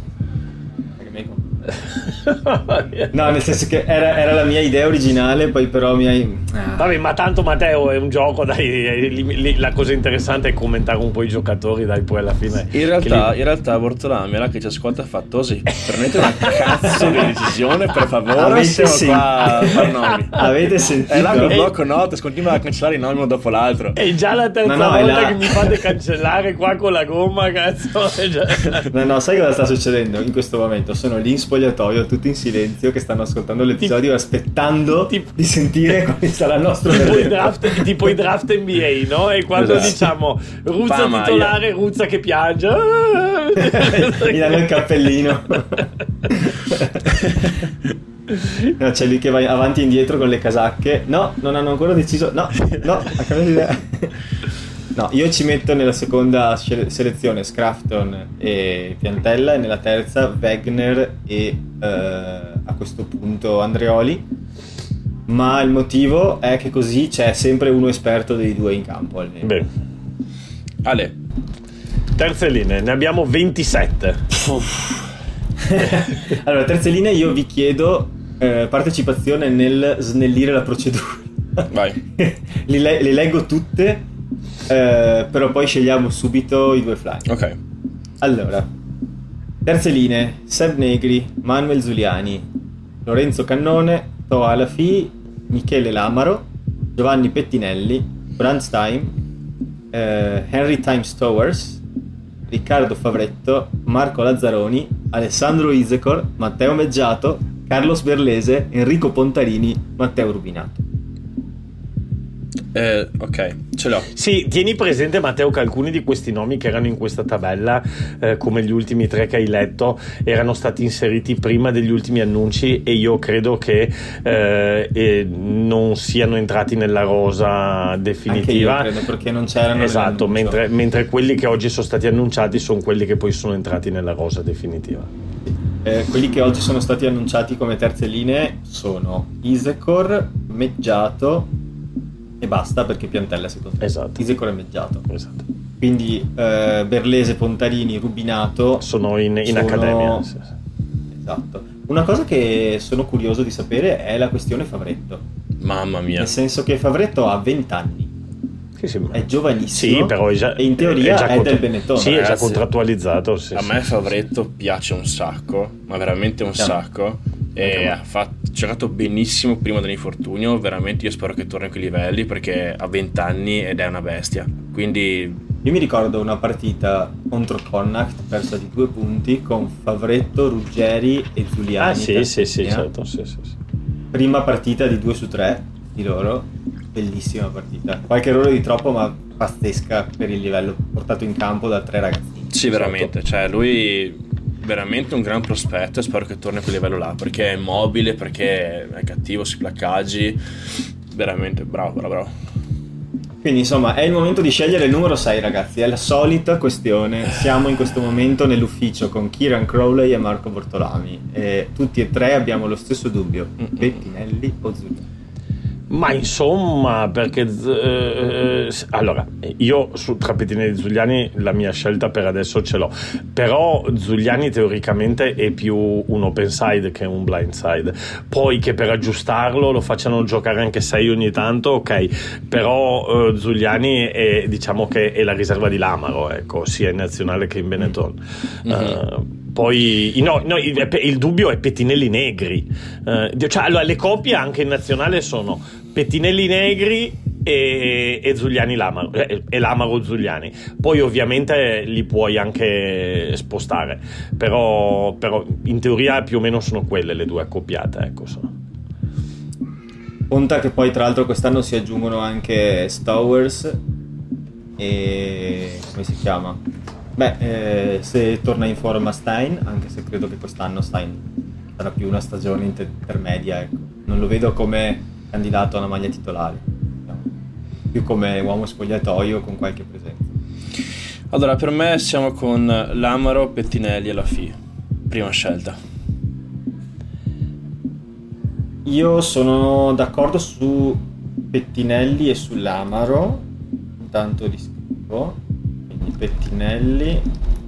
No, nel senso che era, era la mia idea originale, poi però mi hai... Ah. Vabbè, ma tanto Matteo è un gioco, dai, li- li- la cosa interessante è commentare un po' i giocatori, dai, poi alla fine. In realtà, che in realtà Bortolami, là che ci ascolta, ha fatto così. Prendete una cazzo di decisione, per favore. Avete Siamo sen- qua a far nomi. Avete sentito? È là col Eh. blocco notes, continua a cancellare i nomi uno dopo l'altro. È già la terza No, no, è volta la- che mi fate cancellare qua con la gomma, cazzo. È già- No, no, sai cosa sta succedendo in questo momento? Sono lì in spogliatoio, tutti in silenzio, che stanno ascoltando l'episodio, aspettando tipo- di sentire quale sarà il nostro Tipo i, verdetto. draft, tipo i draft N B A, no? E quando Esatto. diciamo Ruzza Pamaia. titolare, Ruzza che piange. Gli danno il cappellino. No, c'è lui che va avanti e indietro con le casacche. No, non hanno ancora deciso. No, no, ha cambiato idea. No, io ci metto nella seconda sce- selezione Scrafton e Piantella, e nella terza Wagner e eh, a questo punto Andreoli. Ma il motivo è che così c'è sempre uno esperto dei due in campo almeno. Beh, Ale. terze linee, ne abbiamo ventisette. Allora, terze linee, io vi chiedo eh, partecipazione nel snellire la procedura. Vai. li, le- le leggo tutte, eh, però poi scegliamo subito i due fly. Ok. Allora, terze linee: Seb Negri, Manuel Zuliani, Lorenzo Cannone, Toa Alafi, Michele Lamaro, Giovanni Pettinelli, Brand Stein, eh, Henry Times Towers, Riccardo Favretto, Marco Lazzaroni, Alessandro Isecor, Matteo Meggiato, Carlos Berlese, Enrico Pontarini, Matteo Rubinato. Eh, ok, ce l'ho. Sì, tieni presente, Matteo, che alcuni di questi nomi che erano in questa tabella, eh, come gli ultimi tre che hai letto, erano stati inseriti prima degli ultimi annunci e io credo che eh, eh, non siano entrati nella rosa definitiva. Anche io credo, perché non c'erano Esatto, nell'annuncio. mentre, mentre quelli che oggi sono stati annunciati sono quelli che poi sono entrati nella rosa definitiva. eh, quelli che oggi sono stati annunciati come terze linee sono Isecor, Meggiato e basta, perché Piantella secondo me. Esatto. Isecor e Meggiato. Esatto. Quindi eh, Berlese, Pontarini, Rubinato sono in, in sono... accademia. Sì, sì. Esatto. Una cosa che sono curioso di sapere è la questione Favretto. Mamma mia. Nel senso che Favretto ha venti anni. Sì, sì, è giovanissimo, sì, però è già, e in teoria è, già è contra- del Benetton. Sì, ragazzi, è già contrattualizzato. Sì, a sì, me sì, Favretto sì. piace un sacco, ma veramente un Chiaro. sacco. E ha fatto, giocato benissimo prima dell'infortunio. Veramente io spero che torni a quei livelli, perché ha venti anni ed è una bestia. Quindi io mi ricordo una partita contro Connacht persa di due punti con Favretto, Ruggeri e Giuliani. Ah sì, sì, sì, terzina. certo, sì, sì, sì. Prima partita di due su tre di loro, bellissima partita. Qualche errore di troppo, ma pazzesca per il livello portato in campo da tre ragazzini. sì, veramente, cioè lui veramente un gran prospetto, e spero che torni a quel livello là, perché è mobile, perché è cattivo sui placcaggi, veramente bravo, bravo, bravo. Quindi insomma è il momento di scegliere il numero sei, ragazzi, è la solita questione. Siamo in questo momento nell'ufficio con Kieran Crowley e Marco Bortolami e tutti e tre abbiamo lo stesso dubbio: Bettinelli o Zuliani? Ma insomma, perché eh, allora io su tra Bettinelli e Zuliani la mia scelta per adesso ce l'ho, però Zuliani teoricamente è più un open side che un blind side. Poi che per aggiustarlo lo facciano giocare anche sei ogni tanto, ok, però eh, Zuliani è, diciamo che è la riserva di Lamaro, ecco, sia in nazionale che in Benetton. Mm-hmm. uh, Poi no, no, il, il dubbio è Pettinelli Negri, uh, cioè allora le coppie anche in nazionale sono Pettinelli Negri e, e Zuliani Lamaro, e, e Lamaro Zuliani. Poi ovviamente li puoi anche spostare, però, però in teoria più o meno sono quelle le due accoppiate, ecco. Sono. Conta che poi tra l'altro quest'anno si aggiungono anche Stowers e come si chiama? Beh, eh, se torna in forma Stein, anche se credo che quest'anno Stein sarà più una stagione inter- intermedia, ecco. Non lo vedo come candidato alla maglia titolare, diciamo. Più come uomo spogliatoio con qualche presenza. Allora, per me siamo con Lamaro, Pettinelli e la F I, prima scelta. Io sono d'accordo su Pettinelli e su Lamaro, intanto li scrivo. Pettinelli,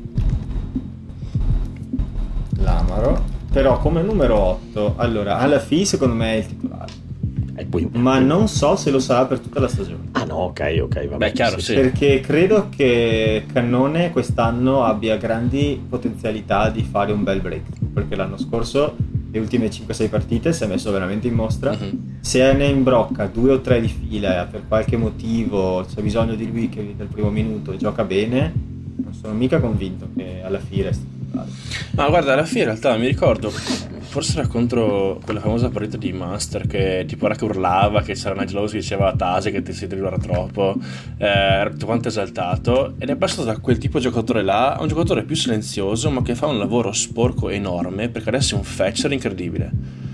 Lamaro, però come numero otto, allora alla F I secondo me è il titolare, E poi, ma poi... non so se lo sarà per tutta la stagione. Ah no, ok, ok, va bene. Beh, chiaro, sì. Perché credo che Cannone quest'anno abbia grandi potenzialità di fare un bel break, perché l'anno scorso le ultime cinque sei partite si è messo veramente in mostra. Mm-hmm. Se ne imbrocca due o tre di fila per qualche motivo, c'è bisogno di lui che dal primo minuto e gioca bene, non sono mica convinto che alla fine resti titolare. Ma guarda, alla fine in realtà mi ricordo, forse era contro quella famosa partita di Master, che tipo era che urlava, che c'era Nageloso che diceva a Tase che ti si urlava troppo, eh, era tutto quanto esaltato, ed è passato da quel tipo di giocatore là a un giocatore più silenzioso ma che fa un lavoro sporco enorme, perché adesso è un fetcher incredibile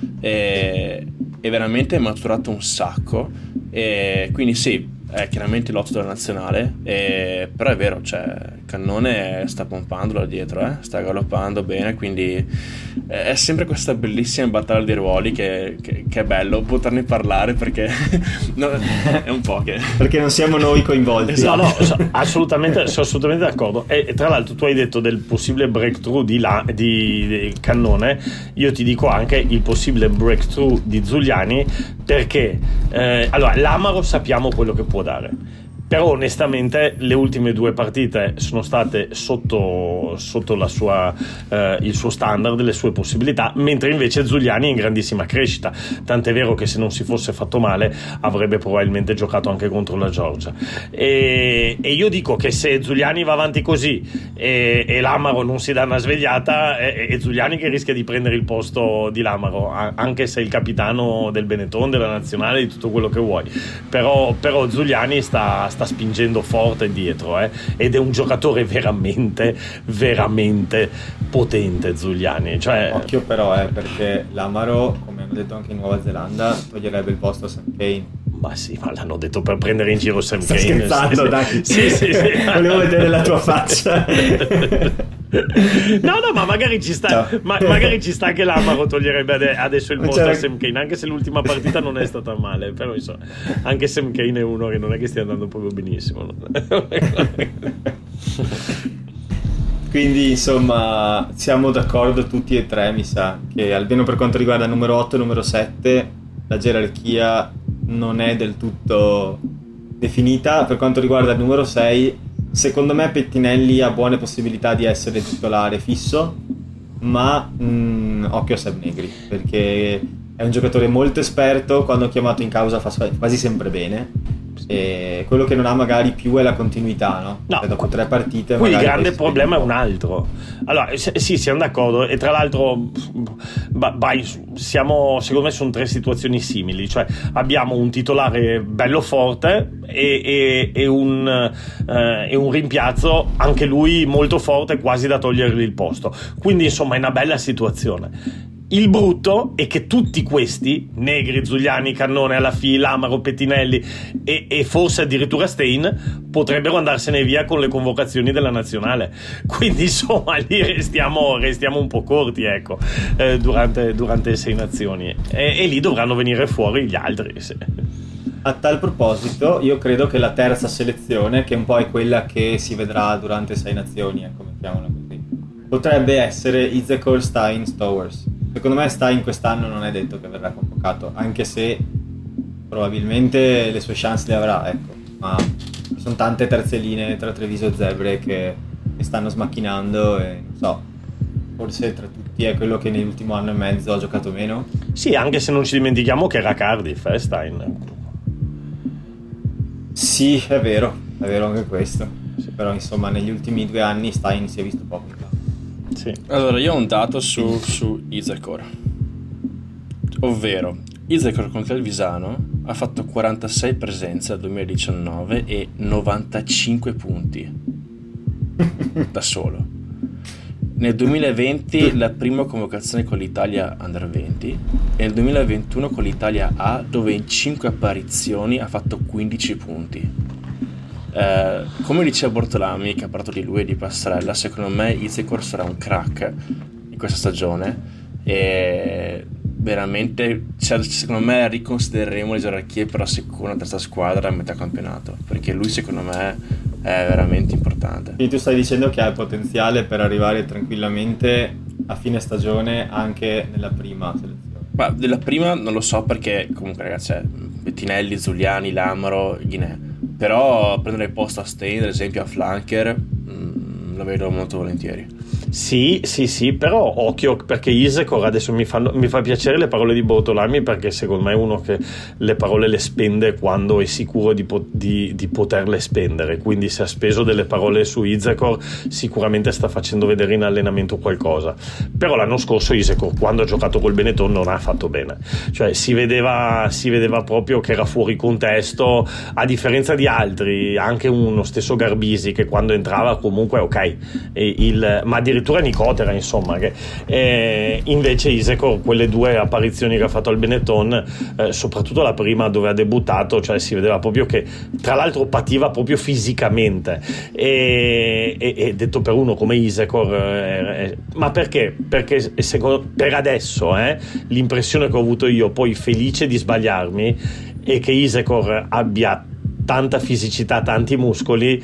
e, e veramente è maturato un sacco, e quindi sì, è chiaramente l'otto della nazionale, e, però è vero, cioè Cannone sta pompando là dietro, eh? Sta galoppando bene, quindi è sempre questa bellissima battaglia di ruoli che, che, che è bello poterne parlare, perché no, è un po' che perché non siamo noi coinvolti. No, no, so, assolutamente, sono assolutamente d'accordo. E, e tra l'altro tu hai detto del possibile breakthrough di, la, di, di Cannone, io ti dico anche il possibile breakthrough di Zuliani, perché eh, allora Lamaro sappiamo quello che può dare, però onestamente le ultime due partite sono state sotto, sotto la sua, eh, il suo standard, le sue possibilità, mentre invece Zuliani è in grandissima crescita, tant'è vero che se non si fosse fatto male avrebbe probabilmente giocato anche contro la Georgia, e, e io dico che se Zuliani va avanti così e, e Lamaro non si dà una svegliata, è, è Zuliani che rischia di prendere il posto di Lamaro, anche se è il capitano del Benetton, della nazionale, di tutto quello che vuoi, però, però Zuliani sta, sta spingendo forte dietro, eh? Ed è un giocatore veramente veramente potente Zuliani, cioè... Occhio però, eh, perché Lamaro, come hanno detto anche in Nuova Zelanda, toglierebbe il posto a Sam Kane. Ma sì, ma l'hanno detto per prendere in giro Sam Sto Kane. scherzando, sì, dai. sì, sì, sì. Volevo vedere la tua faccia. No, no, ma magari ci sta, ma, magari ci sta che l'Amaro toglierebbe ade- adesso il posto a Sam Kane, anche se l'ultima partita non è stata male, però insomma, anche Sam Kane è uno che non è che stia andando proprio benissimo. Quindi insomma siamo d'accordo tutti e tre, mi sa, che almeno per quanto riguarda il numero otto e il numero sette la gerarchia non è del tutto definita. Per quanto riguarda il numero sei, secondo me Pettinelli ha buone possibilità di essere titolare fisso, ma mh, occhio a Seb Negri, perché è un giocatore molto esperto, quando chiamato in causa fa quasi sempre bene, e quello che non ha magari più è la continuità, no? No, cioè, dopo tre partite qui il magari grande problema è un altro. Allora sì, siamo d'accordo, e tra l'altro vai, siamo secondo me sono tre situazioni simili, cioè abbiamo un titolare bello forte e, e, e, un, eh, e un rimpiazzo anche lui molto forte, quasi da togliergli il posto, quindi insomma è una bella situazione. Il brutto è che tutti questi, Negri, Zuliani, Cannone, alla fila, Amaro, Pettinelli e, e forse addirittura Stein, potrebbero andarsene via con le convocazioni della nazionale. Quindi insomma lì restiamo, restiamo un po' corti, ecco, eh, durante, durante le sei nazioni. E, e lì dovranno venire fuori gli altri. Sì. A tal proposito, io credo che la terza selezione, che un po' è quella che si vedrà durante sei nazioni, ecco, mettiamola così, potrebbe essere Izekor, Stein, Stowers. Secondo me Stein quest'anno non è detto che verrà convocato, anche se probabilmente le sue chance le avrà, ecco. Ma ci sono tante terze linee tra Treviso e Zebre che, che stanno smacchinando e non so, forse tra tutti è quello che nell'ultimo anno e mezzo ha giocato meno. Sì, anche se non ci dimentichiamo che era Cardiff, eh, Stein. Sì, è vero, è vero anche questo. Sì. Però insomma negli ultimi due anni Stein si è visto poco. Sì. Allora io ho un dato su, su Izekor, ovvero Izekor con Calvisano ha fatto quarantasei presenze nel duemiladiciannove e novantacinque punti da solo. Nel duemilaventi la prima convocazione con l'Italia Under venti e nel duemilaventuno con l'Italia A, dove in cinque apparizioni ha fatto quindici punti. Uh, come diceva Bortolami, che ha parlato di lui e di Pastrella, secondo me Izekor sarà un crack in questa stagione e veramente, cioè, secondo me riconsidereremo le gerarchie per la seconda e terza squadra a metà campionato, perché lui secondo me è veramente importante. Quindi tu stai dicendo che ha il potenziale per arrivare tranquillamente a fine stagione anche nella prima selezione? Ma della prima non lo so, perché comunque ragazzi c'è Pettinelli, Zuliani, Lamaro, Ghinè, però prendere il posto a Stein, ad esempio a flanker, mh, lo vedo molto volentieri. Sì, sì, sì, però occhio, perché Izekor adesso mi, fanno, mi fa piacere le parole di Bortolami, perché secondo me è uno che le parole le spende quando è sicuro di, po- di, di poterle spendere, quindi se ha speso delle parole su Izekor sicuramente sta facendo vedere in allenamento qualcosa. Però l'anno scorso Izekor, quando ha giocato col Benetton, non ha fatto bene, cioè si vedeva, si vedeva proprio che era fuori contesto, a differenza di altri, anche uno stesso Garbisi che quando entrava comunque ok, e il, ma addirittura Nicotera, insomma, che eh, invece Izekor, quelle due apparizioni che ha fatto al Benetton, eh, soprattutto la prima dove ha debuttato, cioè si vedeva proprio che tra l'altro pativa proprio fisicamente e, e, e detto per uno come Izekor, eh, eh, ma perché? Perché secondo, per adesso eh, l'impressione che ho avuto io, poi felice di sbagliarmi, è che Izekor abbia tanta fisicità, tanti muscoli,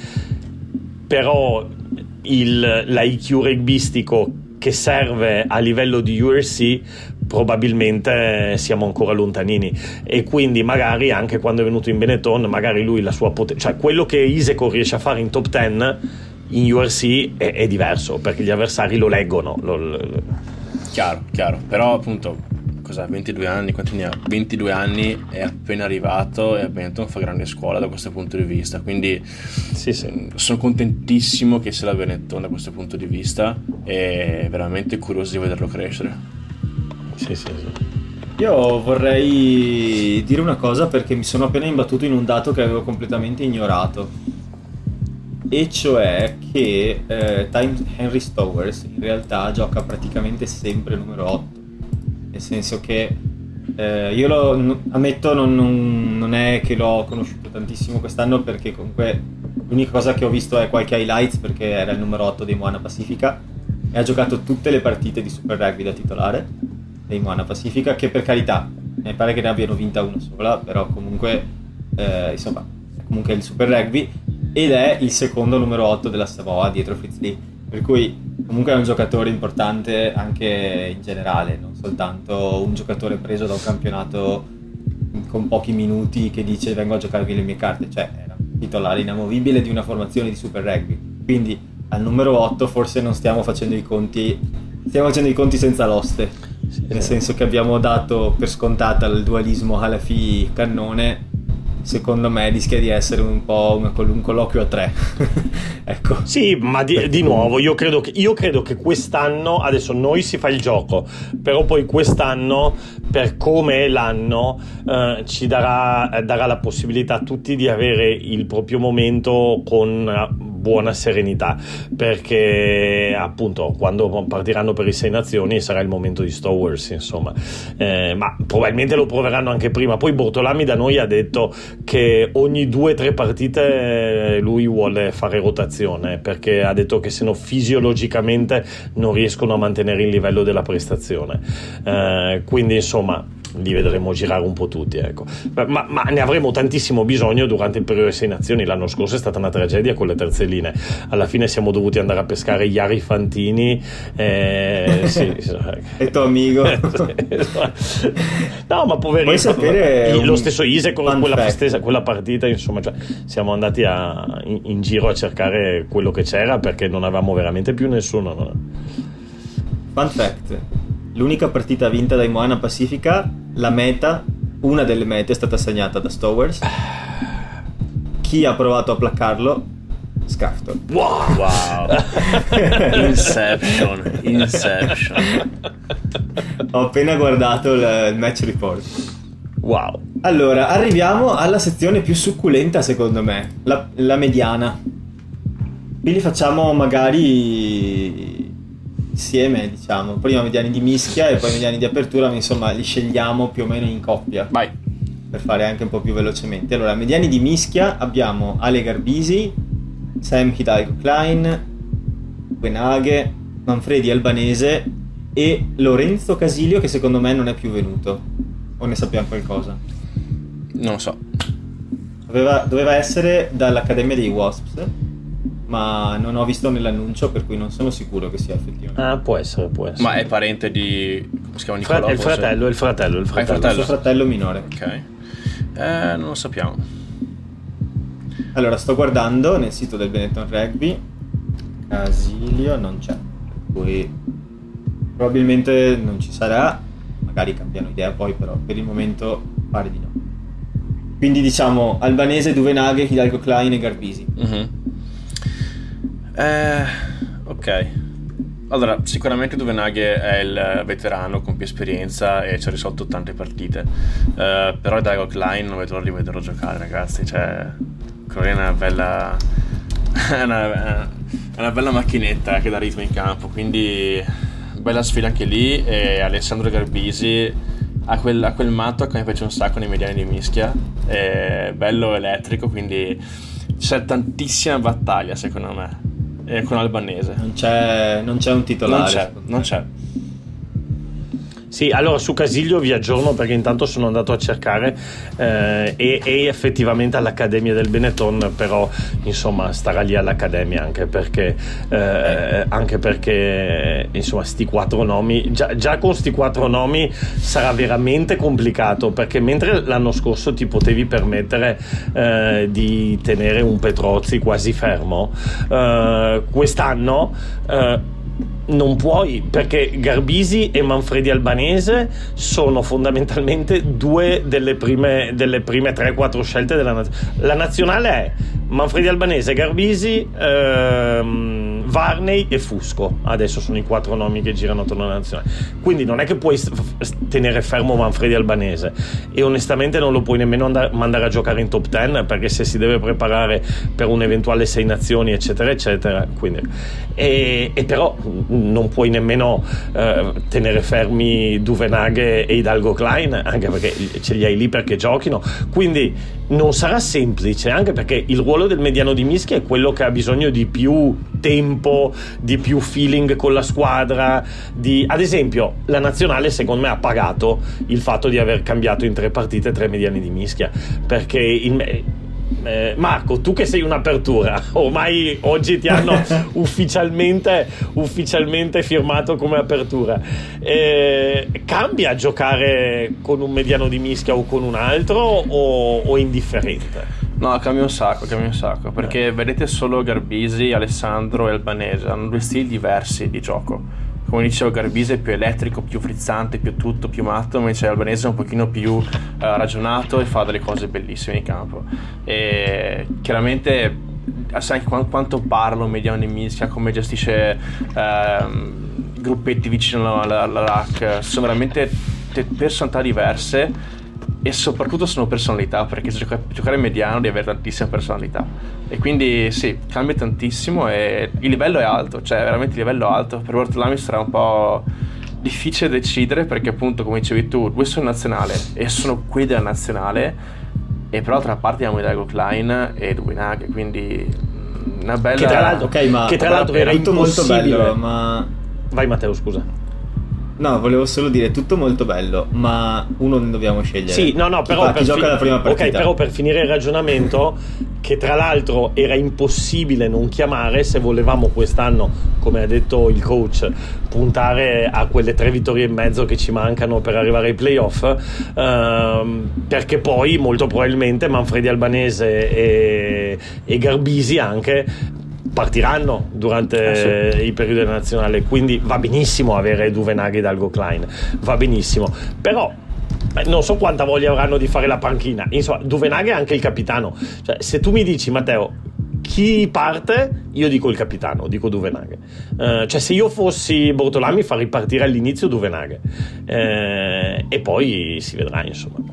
però il, l'I Q rugbistico che serve a livello di U R C probabilmente siamo ancora lontanini, e quindi magari anche quando è venuto in Benetton magari lui la sua pot- cioè quello che Izekor riesce a fare in top dieci in U R C è, è diverso, perché gli avversari lo leggono lo, lo... chiaro, chiaro, però appunto cosa, ventidue anni, quanti ne ha? ventidue anni, è appena arrivato e a Benetton fa grande scuola da questo punto di vista, quindi sì, sì. sono contentissimo che sia la Benetton da questo punto di vista e veramente curioso di vederlo crescere. Sì, sì, sì. Io vorrei dire una cosa, perché mi sono appena imbattuto in un dato che avevo completamente ignorato, e cioè che eh, Time Henry Stowers in realtà gioca praticamente sempre numero otto. Nel senso che eh, io lo n- ammetto non, non, non è che l'ho conosciuto tantissimo quest'anno, perché comunque l'unica cosa che ho visto è qualche highlights, perché era il numero otto dei Moana Pacifica, e ha giocato tutte le partite di Super Rugby da titolare dei Moana Pacifica, che per carità mi pare che ne abbiano vinta una sola, però comunque eh, insomma comunque è il Super Rugby, ed è il secondo numero otto della Samoa dietro Fritz Lee, per cui comunque è un giocatore importante anche in generale, non soltanto un giocatore preso da un campionato con pochi minuti che dice vengo a giocarvi le mie carte, cioè era un titolare inamovibile di una formazione di Super Rugby, quindi al numero otto forse non stiamo facendo i conti, stiamo facendo i conti senza l'oste, sì, nel senso che abbiamo dato per scontata il dualismo Halafi Cannone. Secondo me rischia di essere un po' un, un colloquio a tre. Ecco. Sì, ma di, di nuovo io credo, che, io credo che quest'anno, adesso noi si fa il gioco, però poi quest'anno, per come è l'anno, eh, ci darà, darà la possibilità a tutti di avere il proprio momento con buona serenità, perché appunto quando partiranno per i Sei Nazioni sarà il momento di Stowers, insomma, eh, ma probabilmente lo proveranno anche prima. Poi Bortolami da noi ha detto che ogni due o tre partite lui vuole fare rotazione, perché ha detto che se no fisiologicamente non riescono a mantenere il livello della prestazione, eh, quindi insomma li vedremo girare un po' tutti, ecco. ma, ma ne avremo tantissimo bisogno durante il periodo delle Sei Nazioni. L'anno scorso è stata una tragedia con le terze linee, alla fine siamo dovuti andare a pescare Iari Fantini, eh, sì, e tuo amico. No, ma poverino, sapere lo stesso Ise con quella, stessa, quella partita, insomma, cioè, siamo andati a, in, in giro a cercare quello che c'era perché non avevamo veramente più nessuno, no? Fun fact: l'unica partita vinta dai Moana Pacifica, la meta, una delle mete è stata segnata da Stowers. Chi ha provato a placcarlo? Scafton. Wow, wow. Inception, Inception. Ho appena guardato il, il match report. Wow. Allora, arriviamo alla sezione più succulenta secondo me, la, la mediana. Quindi facciamo magari insieme, diciamo, prima mediani di mischia e poi mediani di apertura, ma insomma li scegliamo più o meno in coppia. Vai. Per fare anche un po' più velocemente. Allora, mediani di mischia abbiamo Ale Garbisi, Sam Hidalgo Klein, Benaghe, Manfredi Albanese e Lorenzo Casilio, che secondo me non è più venuto. O ne sappiamo qualcosa? Non lo so. Doveva, doveva essere dall'Accademia dei Wasps, ma non ho visto nell'annuncio, per cui non sono sicuro che sia effettivamente. Ah, può essere, può essere. Ma è parente di... come si chiama? Nicolò? Fra- il fratello, il fratello, il fratello. Ah, il fratello. Il suo fratello minore. Ok. Eh, non lo sappiamo. Allora, sto guardando nel sito del Benetton Rugby, Casilio non c'è, per cui probabilmente non ci sarà, magari cambiano idea poi, però per il momento pare di no. Quindi diciamo Albanese, Duvenaghe, Hidalgo Klein e Garbisi. Mm-hmm. Eh, ok. Allora, sicuramente Duvenaghe è il veterano con più esperienza e ci ha risolto tante partite. Uh, però Hidalgo Klein non vedo l'ora di vederlo giocare, ragazzi. Cioè, quello è una bella. è, una, è una bella macchinetta che dà ritmo in campo. Quindi, bella sfida anche lì. E Alessandro Garbisi ha quel, ha quel matto che mi piace un sacco nei mediani di mischia. È bello elettrico, quindi c'è tantissima battaglia, secondo me. E con Albanese non c'è, non c'è un titolare, non c'è, non c'è. Sì, allora su Casilio vi aggiorno perché intanto sono andato a cercare eh, e, e effettivamente all'Accademia del Benetton, però insomma starà lì all'Accademia anche perché eh, anche perché insomma sti quattro nomi già, già con sti quattro nomi sarà veramente complicato, perché mentre l'anno scorso ti potevi permettere eh, di tenere un Petrozzi quasi fermo, eh, quest'anno eh, non puoi, perché Garbisi e Manfredi Albanese sono fondamentalmente due delle prime delle prime tre quattro scelte della nazionale. La nazionale è Manfredi Albanese, Garbisi, ehm, Varney e Fusco. Adesso sono i quattro nomi che girano attorno alla nazionale. Quindi non è che puoi tenere fermo Manfredi Albanese, e onestamente non lo puoi nemmeno andare, mandare a giocare in top dieci, perché se si deve preparare per un eventuale Sei Nazioni eccetera eccetera, quindi e, e però non puoi nemmeno eh, tenere fermi Duvenaghe e Hidalgo Klein, anche perché ce li hai lì perché giochino, quindi non sarà semplice, anche perché il ruolo ruolo del mediano di mischia è quello che ha bisogno di più tempo, di più feeling con la squadra, di... ad esempio la nazionale secondo me ha pagato il fatto di aver cambiato in tre partite tre mediani di mischia, perché il... Eh, Marco, tu che sei un'apertura, ormai oggi ti hanno ufficialmente ufficialmente firmato come apertura, eh, cambia giocare con un mediano di mischia o con un altro, o, o indifferente? No, cambia un sacco, cambia un sacco, perché eh. vedete solo Garbisi, Alessandro e Albanese hanno due stili diversi di gioco. Come dicevo, Garbisi è più elettrico, più frizzante, più tutto, più matto, invece Albanese è un pochino più uh, ragionato e fa delle cose bellissime in campo. E chiaramente sai quanto parla un mediano di mischia, come gestisce uh, gruppetti vicino alla, alla rack. Sono veramente personalità diverse, e soprattutto sono personalità, perché giocare, giocare mediano devi avere tantissima personalità, e quindi sì, cambia tantissimo e il livello è alto, cioè veramente il livello è alto. Per Bortolami sarà un po' difficile decidere, perché appunto come dicevi tu, due sono in nazionale e sono quelli della nazionale, e però tra parte abbiamo Hidalgo Klein e Duvenaghe, quindi una bella... Che tra l'altro, okay, ma che tra l'altro era tutto molto impossibile. bello, ma... Vai Matteo, scusa. No, volevo solo dire, tutto molto bello, ma uno ne dobbiamo scegliere. Sì, no, no, chi però fa, per chi gioca fi- la prima partita. Ok, però per finire il ragionamento, che tra l'altro era impossibile non chiamare se volevamo quest'anno, come ha detto il coach, puntare a quelle tre vittorie e mezzo che ci mancano per arrivare ai playoff, ehm, perché poi molto probabilmente Manfredi Albanese e, e Garbisi anche partiranno durante eh, sì. il periodo nazionale, quindi va benissimo avere Duvenaghe e Hidalgo Klein, va benissimo, però beh, non so quanta voglia avranno di fare la panchina. Insomma, Duvenaghe è anche il capitano, cioè se tu mi dici Matteo chi parte, io dico il capitano, dico Duvenaghe, uh, cioè se io fossi Bortolami farei partire all'inizio Duvenaghe, uh, e poi si vedrà, insomma.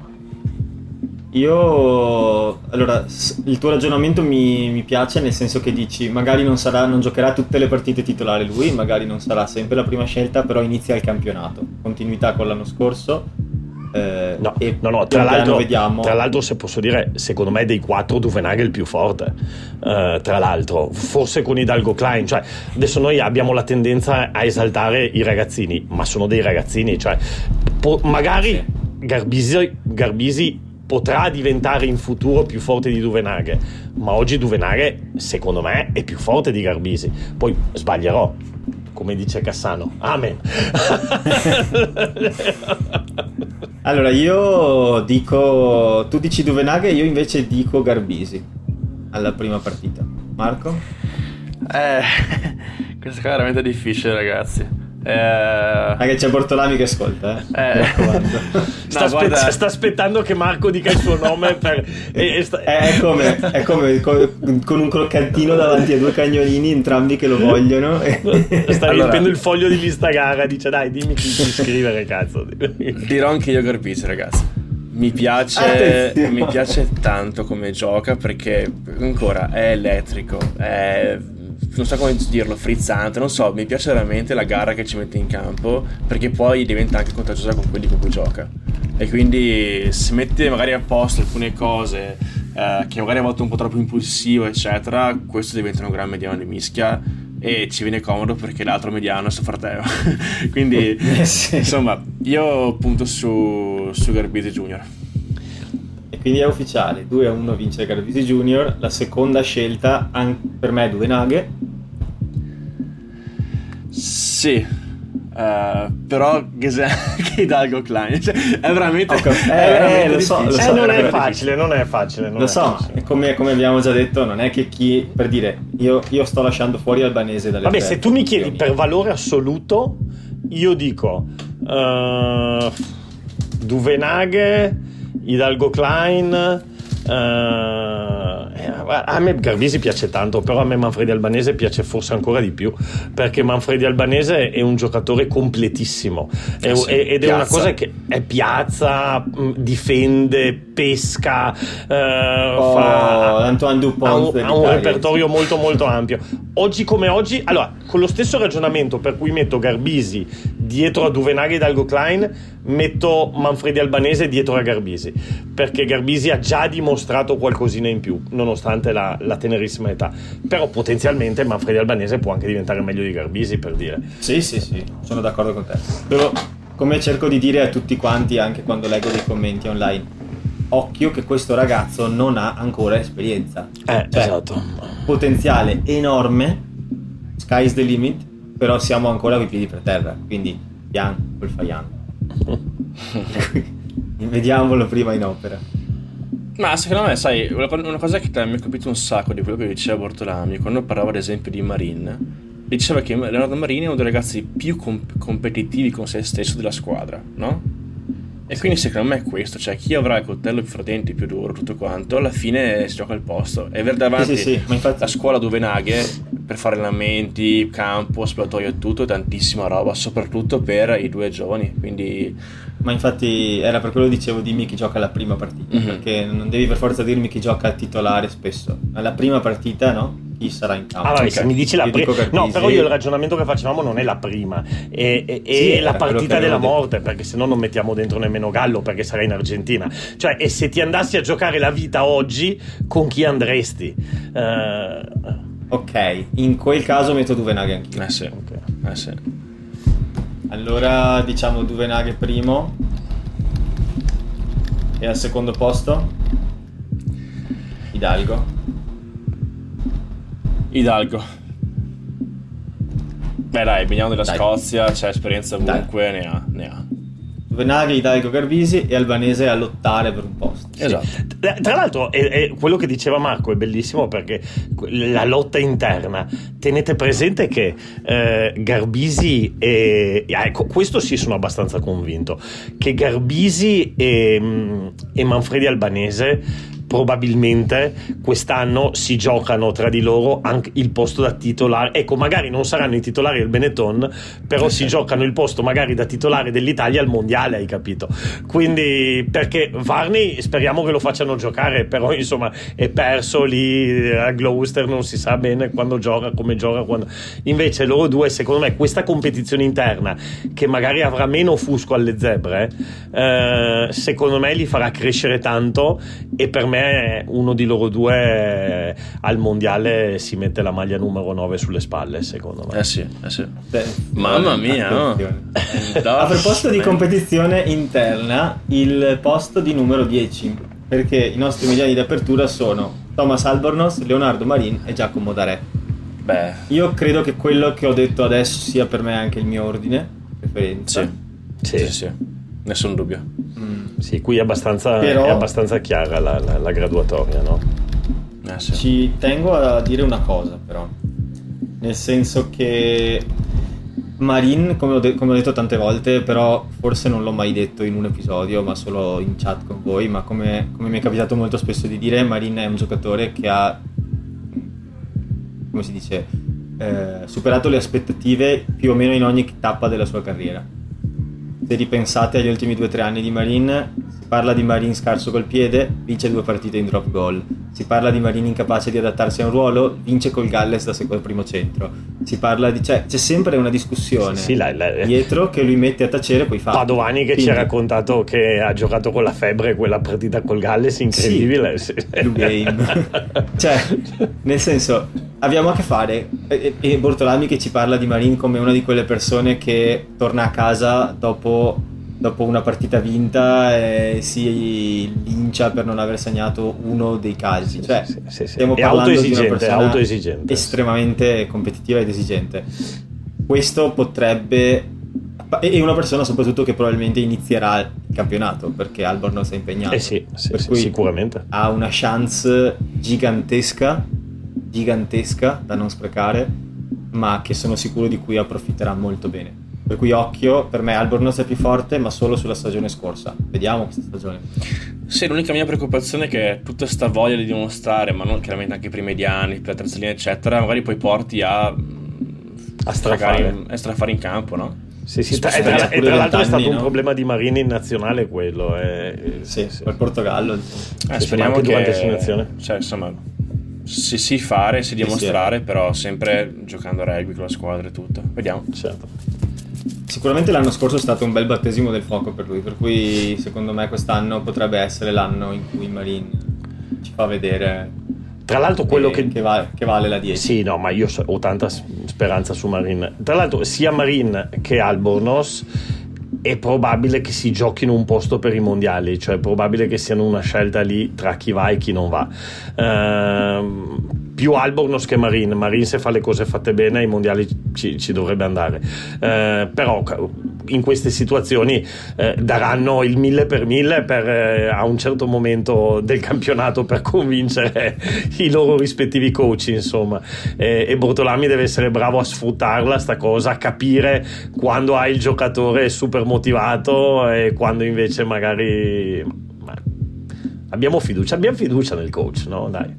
Io, allora, il tuo ragionamento mi, mi piace, nel senso che dici magari non sarà, non giocherà tutte le partite titolari lui, magari non sarà sempre la prima scelta, però inizia il campionato, continuità con l'anno scorso. Eh, no, e no, no, tra l'altro, vediamo. tra l'altro se posso dire, secondo me dei quattro Duvenaghe è il più forte, uh, tra l'altro forse con Hidalgo Klein, cioè adesso noi abbiamo la tendenza a esaltare i ragazzini, ma sono dei ragazzini, cioè po- magari sì. Garbisi, Garbisi potrà diventare in futuro più forte di Duvenaghe, ma oggi Duvenaghe secondo me è più forte di Garbisi, poi sbaglierò, come dice Cassano, amen. Allora io dico, tu dici Duvenaghe, io invece dico Garbisi alla prima partita. Marco? Eh, questa è veramente difficile, ragazzi. Eh... Anche c'è Bortolami che ascolta, eh. eh. sta, no, aspe- guarda... sta aspettando che Marco dica il suo nome per... e, e sta... è, come, è come con, con un croccantino davanti a due cagnolini, entrambi che lo vogliono. Sta allora... riempendo il foglio di lista gara, dice dai dimmi chi ci scrivere, cazzo. Dirò anche io Garbisi, ragazzi. Mi piace, mi piace tanto come gioca, perché ancora è elettrico, è... non so come dirlo, frizzante, non so, mi piace veramente la gara che ci mette in campo, perché poi diventa anche contagiosa con quelli con cui gioca, e quindi se mette magari a posto alcune cose eh, che magari a volte è un po' troppo impulsivo eccetera, questo diventa un gran mediano di mischia e ci viene comodo perché l'altro mediano è suo fratello. Quindi sì. Insomma io punto su, su Garbisi Junior. E quindi è ufficiale, due a uno vince Garbisi Junior. La seconda scelta per me è Duvenaghe. Sì, uh, però che Hidalgo Klein, cioè, è veramente, okay. è eh, veramente eh, lo so, lo eh, so, non è facile, non è facile, non lo è so, facile. Come, come abbiamo già detto, non è che chi, per dire, io, io sto lasciando fuori Albanese dalle vabbè, tre, se tu mi chiedi per valore assoluto, io dico uh, Duvenaghe, Hidalgo Klein. Uh, a me Garbisi piace tanto, però a me Manfredi Albanese piace forse ancora di più, perché Manfredi Albanese è un giocatore completissimo, è, sì, ed è piazza. una cosa che è piazza, difende, pesca, uh, oh, fa, Antoine Dupont ha un, ha un repertorio molto molto ampio. Oggi come oggi, allora, con lo stesso ragionamento per cui metto Garbisi dietro a Duvenaghe e Hidalgo Klein, metto Manfredi Albanese dietro a Garbisi, perché Garbisi ha già dimostrato qualcosina in più, nonostante nonostante la, la tenerissima età. Però potenzialmente Manfredi Albanese può anche diventare meglio di Garbisi, per dire. Sì, sì, sì, sono d'accordo con te. Però, come cerco di dire a tutti quanti, anche quando leggo dei commenti online, occhio che questo ragazzo non ha ancora esperienza. Eh, cioè, esatto. Potenziale enorme, sky's the limit, però siamo ancora coi piedi per terra, quindi pian col Faian. Vediamolo prima in opera. Ma secondo me, sai, una cosa che mi ha colpito un sacco di quello che diceva Bortolami quando parlava ad esempio di Marin, diceva che Leonardo Marin è uno dei ragazzi più comp- competitivi con se stesso della squadra, no? E sì. Quindi secondo me è questo, cioè chi avrà il coltello più frodente, più duro, tutto quanto, alla fine si gioca il posto e avere davanti sì, sì, sì. Infatti... la scuola dove Naghe per fare allenamenti, campo, esploratorio e tutto, tantissima roba, soprattutto per i due giovani, quindi... Ma infatti era per quello dicevo dimmi chi gioca la prima partita, mm-hmm. perché non devi per forza dirmi chi gioca titolare spesso, alla prima partita no? Chi sarà in campo. Allora, okay. Se mi dici la prima, no, però io il ragionamento che facevamo non è la prima, è, è, sì, è la partita della detto. morte, perché se no non mettiamo dentro nemmeno Gallo, perché sarà in Argentina. Cioè, e se ti andassi a giocare la vita oggi, con chi andresti? Uh... Ok, in quel caso metto Duvenaghe anch'io. Eh sì, okay. eh sì. Allora diciamo Duvenaghe primo e al secondo posto Hidalgo. Hidalgo. Beh dai, veniamo dalla dai. Scozia, c'è esperienza ovunque, ne ha, ne ha. Duvenaghe, Hidalgo, Garbisi e Albanese a lottare per un posto. Esatto. Sì. Tra l'altro è, è quello che diceva Marco è bellissimo, perché la lotta interna, tenete presente che eh, Garbisi e ecco, questo sì sono abbastanza convinto che Garbisi e, e Manfredi Albanese probabilmente quest'anno si giocano tra di loro anche il posto da titolare. Ecco, magari non saranno i titolari del Benetton, però si giocano il posto magari da titolare dell'Italia al mondiale, hai capito? Quindi, perché Varney speriamo che lo facciano giocare, però insomma è perso lì a Gloucester, non si sa bene quando gioca, come gioca, quando... invece loro due, secondo me, questa competizione interna che magari avrà meno fusco alle zebre, eh, secondo me li farà crescere tanto, e per me uno di loro due al mondiale si mette la maglia numero nove sulle spalle, secondo me. Eh sì, eh sì. Beh, mamma mia, no? A proposito di competizione interna, il posto di numero dieci, perché i nostri mediani di apertura sono Thomas Albornoz, Leonardo Marin e Giacomo Darè. Beh, io credo che quello che ho detto adesso sia per me anche il mio ordine preferenza. Sì, sì, sì, sì. Nessun dubbio. Mm. Sì, qui è abbastanza, Però, è abbastanza chiara la, la, la graduatoria, no? Eh, sì. Ci tengo a dire una cosa, però, nel senso che Marin, come ho, de- come ho detto tante volte, però forse non l'ho mai detto in un episodio, ma solo in chat con voi, ma come, come mi è capitato molto spesso di dire, Marin è un giocatore che ha, come si dice, eh, superato le aspettative più o meno in ogni tappa della sua carriera. Se ripensate agli ultimi due o tre anni di Marin, si parla di Marin scarso col piede, vince due partite in drop goal. Si parla di Marin incapace di adattarsi a un ruolo, vince col Galles da secondo primo centro. Si parla di, cioè c'è sempre una discussione sì, sì, la, la, dietro che lui mette a tacere quei fatti. Padovani che Quindi, ci ha raccontato che ha giocato con la febbre quella partita col Galles, incredibile. Sì, blue game. Cioè, nel senso, abbiamo a che fare e, e Bortolami che ci parla di Marin come una di quelle persone che torna a casa dopo, dopo una partita vinta e si lincia per non aver segnato uno dei calci. Cioè, sì, sì, sì, stiamo è parlando di una persona autoesigente, estremamente competitiva ed esigente. Questo potrebbe, e una persona soprattutto che probabilmente inizierà il campionato, perché Albornoz è impegnato, eh sì, sì, per sì, cui sicuramente ha una chance gigantesca gigantesca da non sprecare, ma che sono sicuro di cui approfitterà molto bene. Per cui occhio, per me Albornoz è più forte, ma solo sulla stagione scorsa. Vediamo questa stagione. Sì, l'unica mia preoccupazione è che tutta sta voglia di dimostrare, ma non chiaramente anche i primi mediani, per la terza linea eccetera, magari poi porti a a strafare, a strafare in campo, no? Sì, sì, tra, e tra, e tra l'altro è stato un problema di Marini in nazionale quello, eh, sì, sì, col Portogallo. Eh, speriamo anche che durante l'assegnazione. Cioè, insomma, si si fare, si dimostrare, sì, però sempre giocando a rugby con la squadra e tutto. Vediamo. Certo. Sicuramente l'anno scorso è stato un bel battesimo del fuoco per lui, per cui secondo me quest'anno potrebbe essere l'anno in cui Marin ci fa vedere Tra l'altro quello che, che... che, vale, che vale la dieci. Sì, no, ma io ho tanta speranza su Marin. Tra l'altro sia Marin che Albornoz è probabile che si giochino un posto per i mondiali, cioè è probabile che siano una scelta lì tra chi va e chi non va. Ehm, più Albornoz che Marin. Marin, se fa le cose fatte bene, ai mondiali ci, ci dovrebbe andare. Eh, però in queste situazioni eh, daranno il mille per mille per, eh, a un certo momento del campionato per convincere i loro rispettivi coach, insomma. Eh, e Bortolami deve essere bravo a sfruttarla sta cosa, a capire quando hai il giocatore super motivato e quando invece magari ma, abbiamo fiducia abbiamo fiducia nel coach, no? Dai.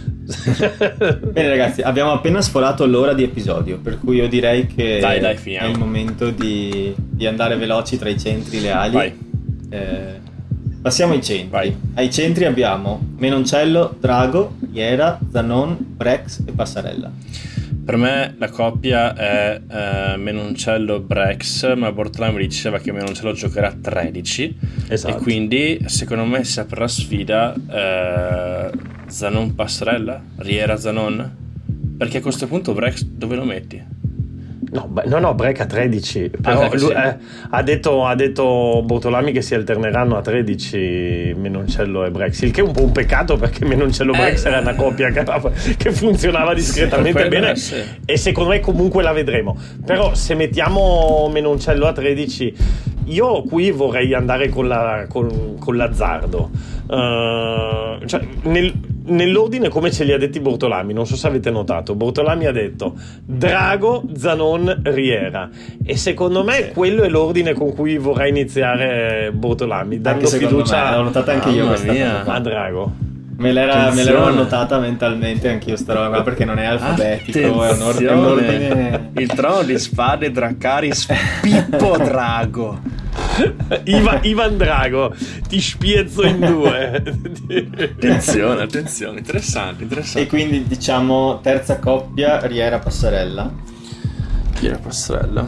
Bene ragazzi, abbiamo appena sforato l'ora di episodio, per cui io direi che dai, dai, è il momento di, di andare veloci tra i centri, le ali. Vai. Eh, passiamo ai centri. Vai. Ai centri abbiamo Menoncello, Drago, Riera, Zanon, Brex e Passarella. Per me la coppia è eh, Menoncello-Brex, ma Bortolami diceva che Menoncello giocherà tredici, esatto. E quindi secondo me si apre la sfida eh, Zanon-Passarella, Riera-Zanon, perché a questo punto Brex dove lo metti? No, beh, no, no, Break a tredici. Però Ah, lui, sì. eh, ha, detto, ha detto Bortolami che si alterneranno a tredici Menoncello e Brex, il che è un po' un peccato perché Menoncello e Eh. Brex era una coppia che, che funzionava discretamente Sì, bene, sì. e secondo me comunque la vedremo. Però se mettiamo Menoncello a tredici, io qui vorrei andare con, la, con, con l'azzardo. Uh, cioè, nel, nell'ordine come ce li ha detti Bortolami, non so se avete notato, Bortolami ha detto Drago, Zanon, Riera, e secondo me Sì. quello è l'ordine con cui vorrei iniziare Bortolami, dando Anche secondo fiducia me, l'ho notata anche io Mamma questa mia. cosa qua. a Drago. Me, l'era, me Attenzione. l'ero annotata mentalmente anch'io sta roba qua, perché non è alfabetico, è un, or- è un Attenzione. ordine. Il trono di spade Dracarys Pippo Drago. Iva, Ivan Drago, ti spiezzo in due. Attenzione, attenzione, interessante, E interessante. quindi diciamo terza coppia Riera Passarella. Chi era Passarella?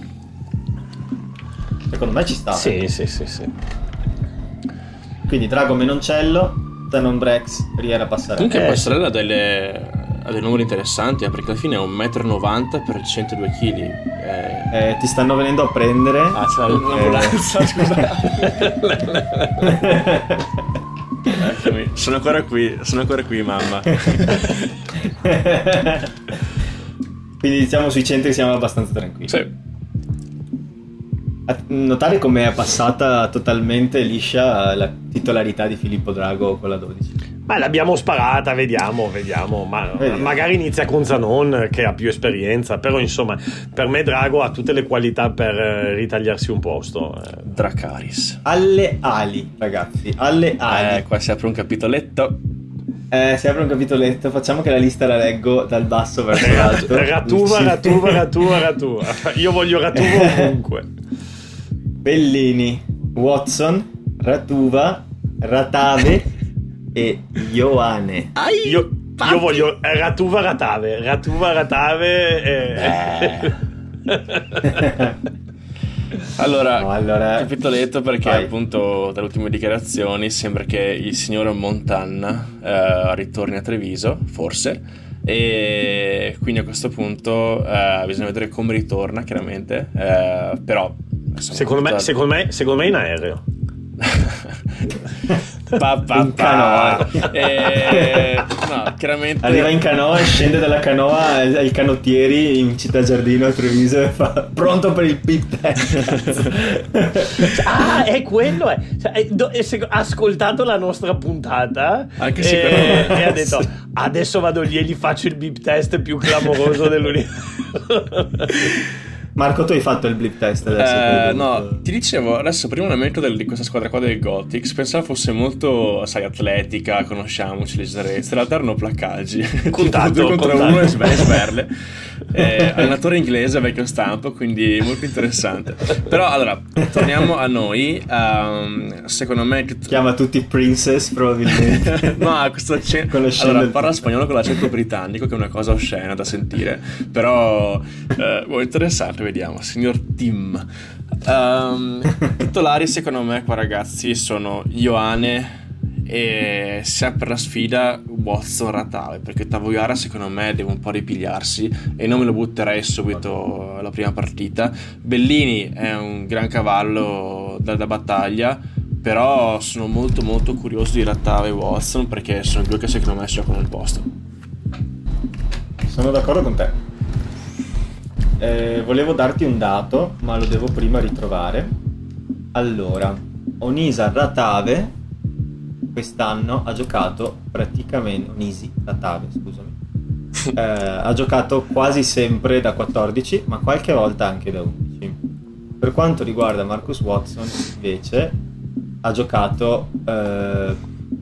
Secondo me ci sta. Sì, sì, sì, sì. Quindi Drago Menoncello, Zanon Brex, Riera Passarella. Comunque Eh, Passarella ha delle, ha dei numeri interessanti, eh, perché alla fine è un metro e novanta per centodue chili. Eh, Eh, ti stanno venendo a prendere. Ah, c'è l'ambulanza, scusa. Eccomi, sono ancora qui, sono ancora qui, mamma. Quindi diciamo sui centri siamo abbastanza tranquilli. Sì. A notare come è passata totalmente liscia la titolarità di Filippo Drago con la dodici. Ma l'abbiamo sparata, vediamo, vediamo. Ma Vediamo. magari inizia con Zanon che ha più esperienza, però insomma per me Drago ha tutte le qualità per eh, ritagliarsi un posto. eh. Dracarys. Alle ali, ragazzi, alle ali. Eh, qua si apre un capitoletto. Eh, si apre un capitoletto, facciamo che la lista la leggo dal basso verso l'alto. Ratuva, Sì. Ratuva, Ratuva, Ratuva. Io voglio Ratuva ovunque. Bellini, Watson, Ratuva, Ratave e Ioane. Ai, Io, papi. io voglio Ratuva, Ratave. Ratuva, Ratave. Eh. Allora, No, allora- capitoletto perché Vai. appunto dalle ultime dichiarazioni sembra che il signor Montanna eh, ritorni a Treviso, forse, e quindi a questo punto eh, bisogna vedere come ritorna, chiaramente, eh, però insomma, Secondo me, tutta- secondo me, secondo me in aereo. Pa, pa, In pa. canoa. Eh, no, chiaramente Arriva in canoa e scende dalla canoa ai ai canottieri in Città Giardino a Treviso e fa pronto per il pit test. Ah, è quello, è. Cioè, è- do- è sec- ha ascoltato la nostra puntata Anche e, secondo me. e ha detto adesso vado lì e gli faccio il beep test più clamoroso dell'universo. Marco, tu hai fatto il blip test adesso? Eh, credo. no, ti dicevo, adesso prima un elemento del- di questa squadra qua del Gothics pensavo fosse molto, sai, atletica, conosciamoci, leggerezza, in realtà erano placcaggi. Contatto, Tipo due contro contatto. uno e sve- e sverle. Eh, allenatore inglese, vecchio stampo, quindi molto interessante. Però allora, torniamo a noi. Ehm, secondo me tut- Chiama tutti Princess probabilmente. no, questo accento. Conoscendo Allora, il- parla spagnolo con l'accento britannico, che è una cosa oscena da sentire. Però, eh, boh, interessante, vediamo. Signor Tim. Um, titolari, secondo me, qua ragazzi, sono Ioane, e si apre la sfida Watson-Ratave, perché Tavoyara secondo me deve un po' ripigliarsi e non me lo butterei subito alla prima partita. Bellini è un gran cavallo da, da battaglia, però sono molto molto curioso di Ratave e Watson, perché sono due che secondo me si giocano il posto. Sono d'accordo con te. Eh, volevo darti un dato, ma lo devo prima ritrovare. Allora, Onisa Ratave quest'anno ha giocato praticamente Onisi Ratave, scusami. Eh, ha giocato quasi sempre da quattordici, ma qualche volta anche da undici. Per quanto riguarda Marcus Watson, invece, ha giocato eh,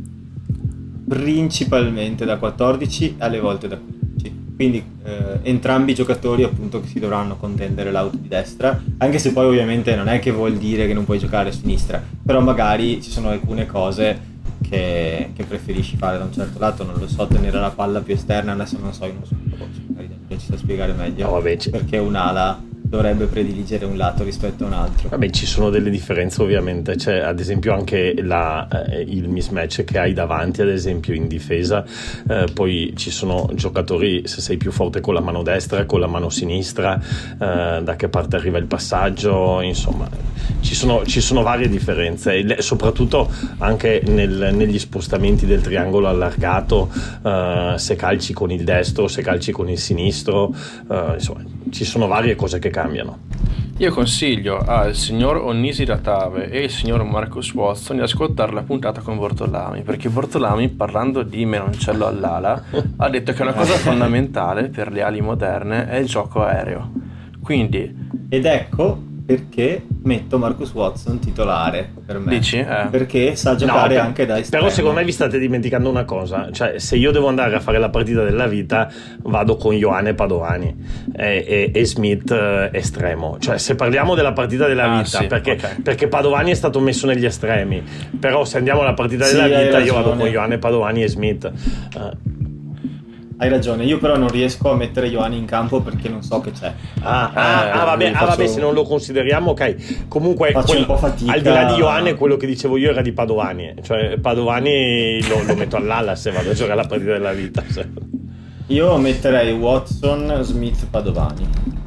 principalmente da quattordici, alle volte da quindici. Quindi eh, entrambi i giocatori appunto che si dovranno contendere l'auto di destra, anche se poi ovviamente non è che vuol dire che non puoi giocare a sinistra, però magari ci sono alcune cose che, che preferisci fare da un certo lato, non lo so, tenere la palla più esterna, adesso non so, io non so, magari ci sa spiegare meglio, no, vabbè, perché un'ala dovrebbe prediligere un lato rispetto a un altro. Vabbè, ci sono delle differenze ovviamente, c'è ad esempio anche la, eh, il mismatch che hai davanti, ad esempio in difesa, eh, poi ci sono giocatori, se sei più forte con la mano destra, con la mano sinistra, eh, da che parte arriva il passaggio, insomma ci sono, ci sono varie differenze, e soprattutto anche nel, negli spostamenti del triangolo allargato, eh, se calci con il destro, se calci con il sinistro, eh, insomma ci sono varie cose che cambiano. Io consiglio al signor Onisi Ratave e il signor Marcus Watson di ascoltare la puntata con Bortolami, perché Bortolami, parlando di menoncello all'ala, ha detto che una cosa fondamentale per le ali moderne è il gioco aereo. Quindi, ed ecco perché metto Marcus Watson titolare per me. Dici? Eh. Perché sa giocare no, anche da esterno. Però secondo me vi state dimenticando una cosa, cioè se io devo andare a fare la partita della vita vado con Ioane Padovani e, e, e Smith eh, estremo, cioè se parliamo della partita della ah, vita, sì, perché, okay. perché Padovani è stato messo negli estremi, però se andiamo alla partita sì, della vita io ragione. vado con Ioane Padovani e Smith. uh, Hai ragione, io però non riesco a mettere Ioane in campo perché non so che c'è. Ah, ah, Eh, ah, vabbè, faccio... ah vabbè, se non lo consideriamo, ok. Comunque, faccio quello, un po' fatica. al di là di Ioane, quello che dicevo io era di Padovani. Cioè, Padovani lo, lo metto all'ala se vado a giocare la partita della vita. Io metterei Watson, Smith, Padovani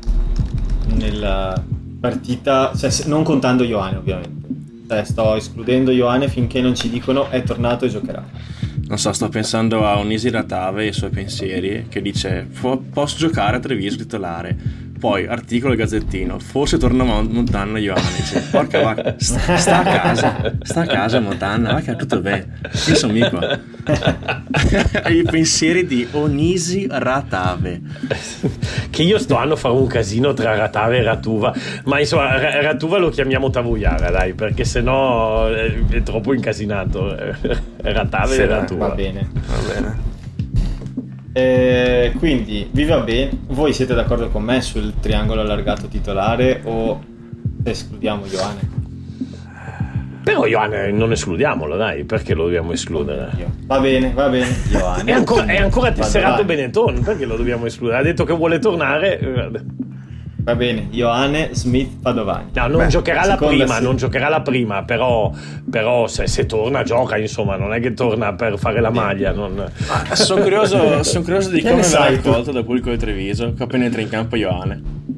nella partita, cioè, non contando Ioane ovviamente. Cioè, sto escludendo Ioane finché non ci dicono è tornato e giocherà. non so, sto pensando a Onisi Ratave e i suoi pensieri, che dice posso giocare a Treviso titolare, poi articolo del Gazzettino, forse torna Montana Ioannidis, porca vacca, sta, sta a casa sta a casa Montana, va che tutto bene, io sono mico. I pensieri di Onisi Ratave, che io sto anno a fare un casino tra Ratave e Ratuva, ma insomma Ratuva lo chiamiamo Tavoyara, dai, perché sennò è troppo incasinato. Ratave e Ratuva, va bene, va bene. Eh, quindi vi va bene? Voi siete d'accordo con me sul triangolo allargato titolare o escludiamo Ioane? Però Ioane non escludiamolo, dai, perché lo dobbiamo escludere? Va bene, va bene, Ioane. È ancora, è ancora tesserato Vado, Benetton, perché lo dobbiamo escludere? Ha detto che vuole tornare. Va bene, Ioane, Smith, Padovani. No, non Beh, giocherà la prima, sì. non giocherà la prima, però, però se, se torna gioca, insomma, non è che torna per fare la maglia. Non... Ah, sono curioso, sono curioso di Che come ne verrà sai accolto dal pubblico di Treviso, che appena entra in campo Ioane.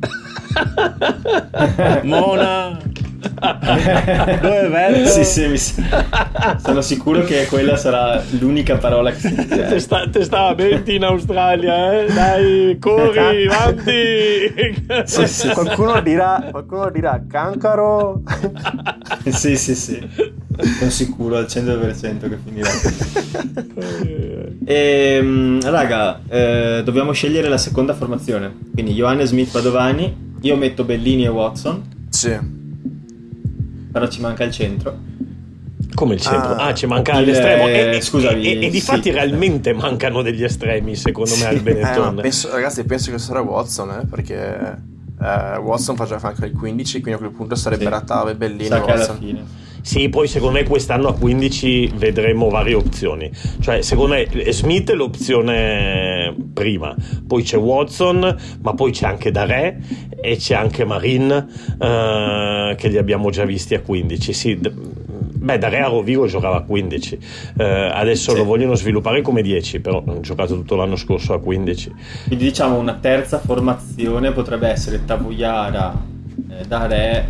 Mona, dove verso? Sì, sì, mi sa... sono sicuro che quella sarà l'unica parola che si dirà. Te, sta, te stava bene in Australia, eh? Dai, corri, avanti. Sì, sì, qualcuno dirà, qualcuno dirà cancaro. Sì, sì, sì. Sono sicuro al cento per cento che finirà così. E, raga, eh, dobbiamo scegliere la seconda formazione. Quindi Ioane, Smith, Padovani. Io metto Bellini e Watson. Sì. Però ci manca il centro. Come il centro? Ah, Ah, ci manca il- l'estremo. eh, E, scusami, e, e, e di sì. fatti realmente mancano degli estremi, secondo me, al Eh, Benetton. ma penso, ragazzi, penso che sarà Watson, eh, perché eh, Watson fa già anche il quindici, quindi a quel punto sarebbe Sì. Ratave, Bellini, Sa che alla Watson. fine. Sì, poi secondo me quest'anno a quindici vedremo varie opzioni. Cioè, secondo me Smith è l'opzione prima, poi c'è Watson, ma poi c'è anche Daré e c'è anche Marin, eh, che li abbiamo già visti a quindici. Sì, d- beh, Dare a Rovigo giocava a quindici, eh, adesso Sì. lo vogliono sviluppare come dieci, però ha giocato tutto l'anno scorso a quindici. Quindi diciamo una terza formazione potrebbe essere Tavuyara, eh, Dare,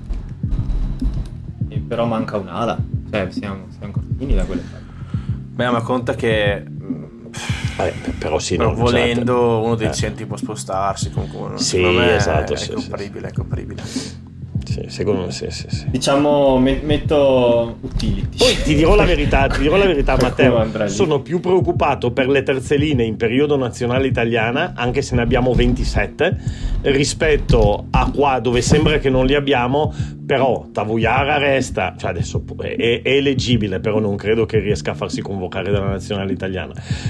e però manca un'ala, cioè siamo, siamo cortini da quelle parti. Beh, ma conta che Vabbè, però sì, però no, volendo esatto. uno dei Eh. centri può spostarsi, comunque Sì, secondo me esatto, è sì, compribile, è compribile. Sì, secondo me sì, sì, sì. Diciamo me- metto utility. Poi ti dirò la verità, ti dirò la verità, Qualcuno andrà Matteo. lì. Sono più preoccupato per le terzeline in periodo nazionale italiana, anche se ne abbiamo ventisette, rispetto a qua dove sembra che non li abbiamo. Però Tavuyara resta, cioè adesso è, è eleggibile, però non credo che riesca a farsi convocare dalla nazionale italiana.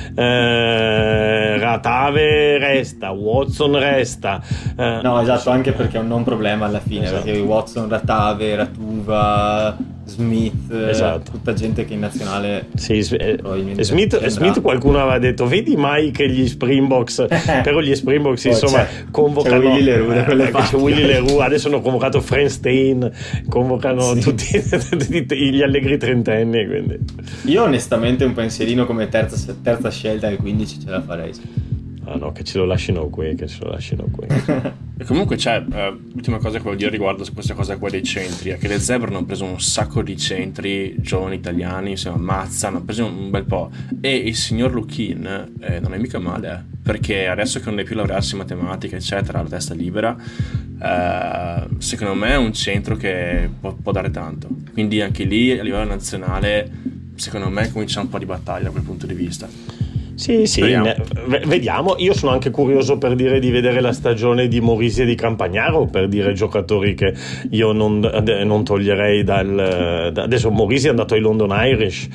Eh, Ratave resta, Watson resta. Eh, No, esatto, anche perché è un non problema alla fine, Esatto. perché Watson, Ratave, Ratuva, Smith, eh, Esatto. tutta gente che in nazionale Sì, S- eh, probabilmente Smith, andrà. Smith qualcuno aveva detto vedi mai che gli Springboks però gli Springboks Poi insomma c'è- convocano c'è Willy Leroux da quelle eh, c'è parti. Willy Leroux, adesso hanno convocato Frank Stein, convocano Sì. tutti, tutti gli allegri trentenni, quindi Io onestamente un pensierino come terza, terza scelta al quindici ce la farei. ah no, che ce lo lasciano qui, che ce lo lasciano qui. E comunque c'è, eh, l'ultima cosa che voglio dire riguardo questa cosa qua dei centri è che le Zebre hanno preso un sacco di centri giovani italiani, insomma Mazza, hanno preso un bel po', e il signor Luchin eh, non è mica male, eh, perché adesso che non deve più laurearsi in matematica eccetera, ha la testa libera, eh, secondo me è un centro che può, può dare tanto, quindi anche lì a livello nazionale secondo me comincia un po' di battaglia da quel punto di vista. Sì, sì, Speriamo. ne- v- vediamo. Io sono anche curioso per dire di vedere la stagione di Morisi e di Campagnaro, per dire giocatori che io non, eh, non toglierei dal... da- adesso Morisi è andato ai London Irish,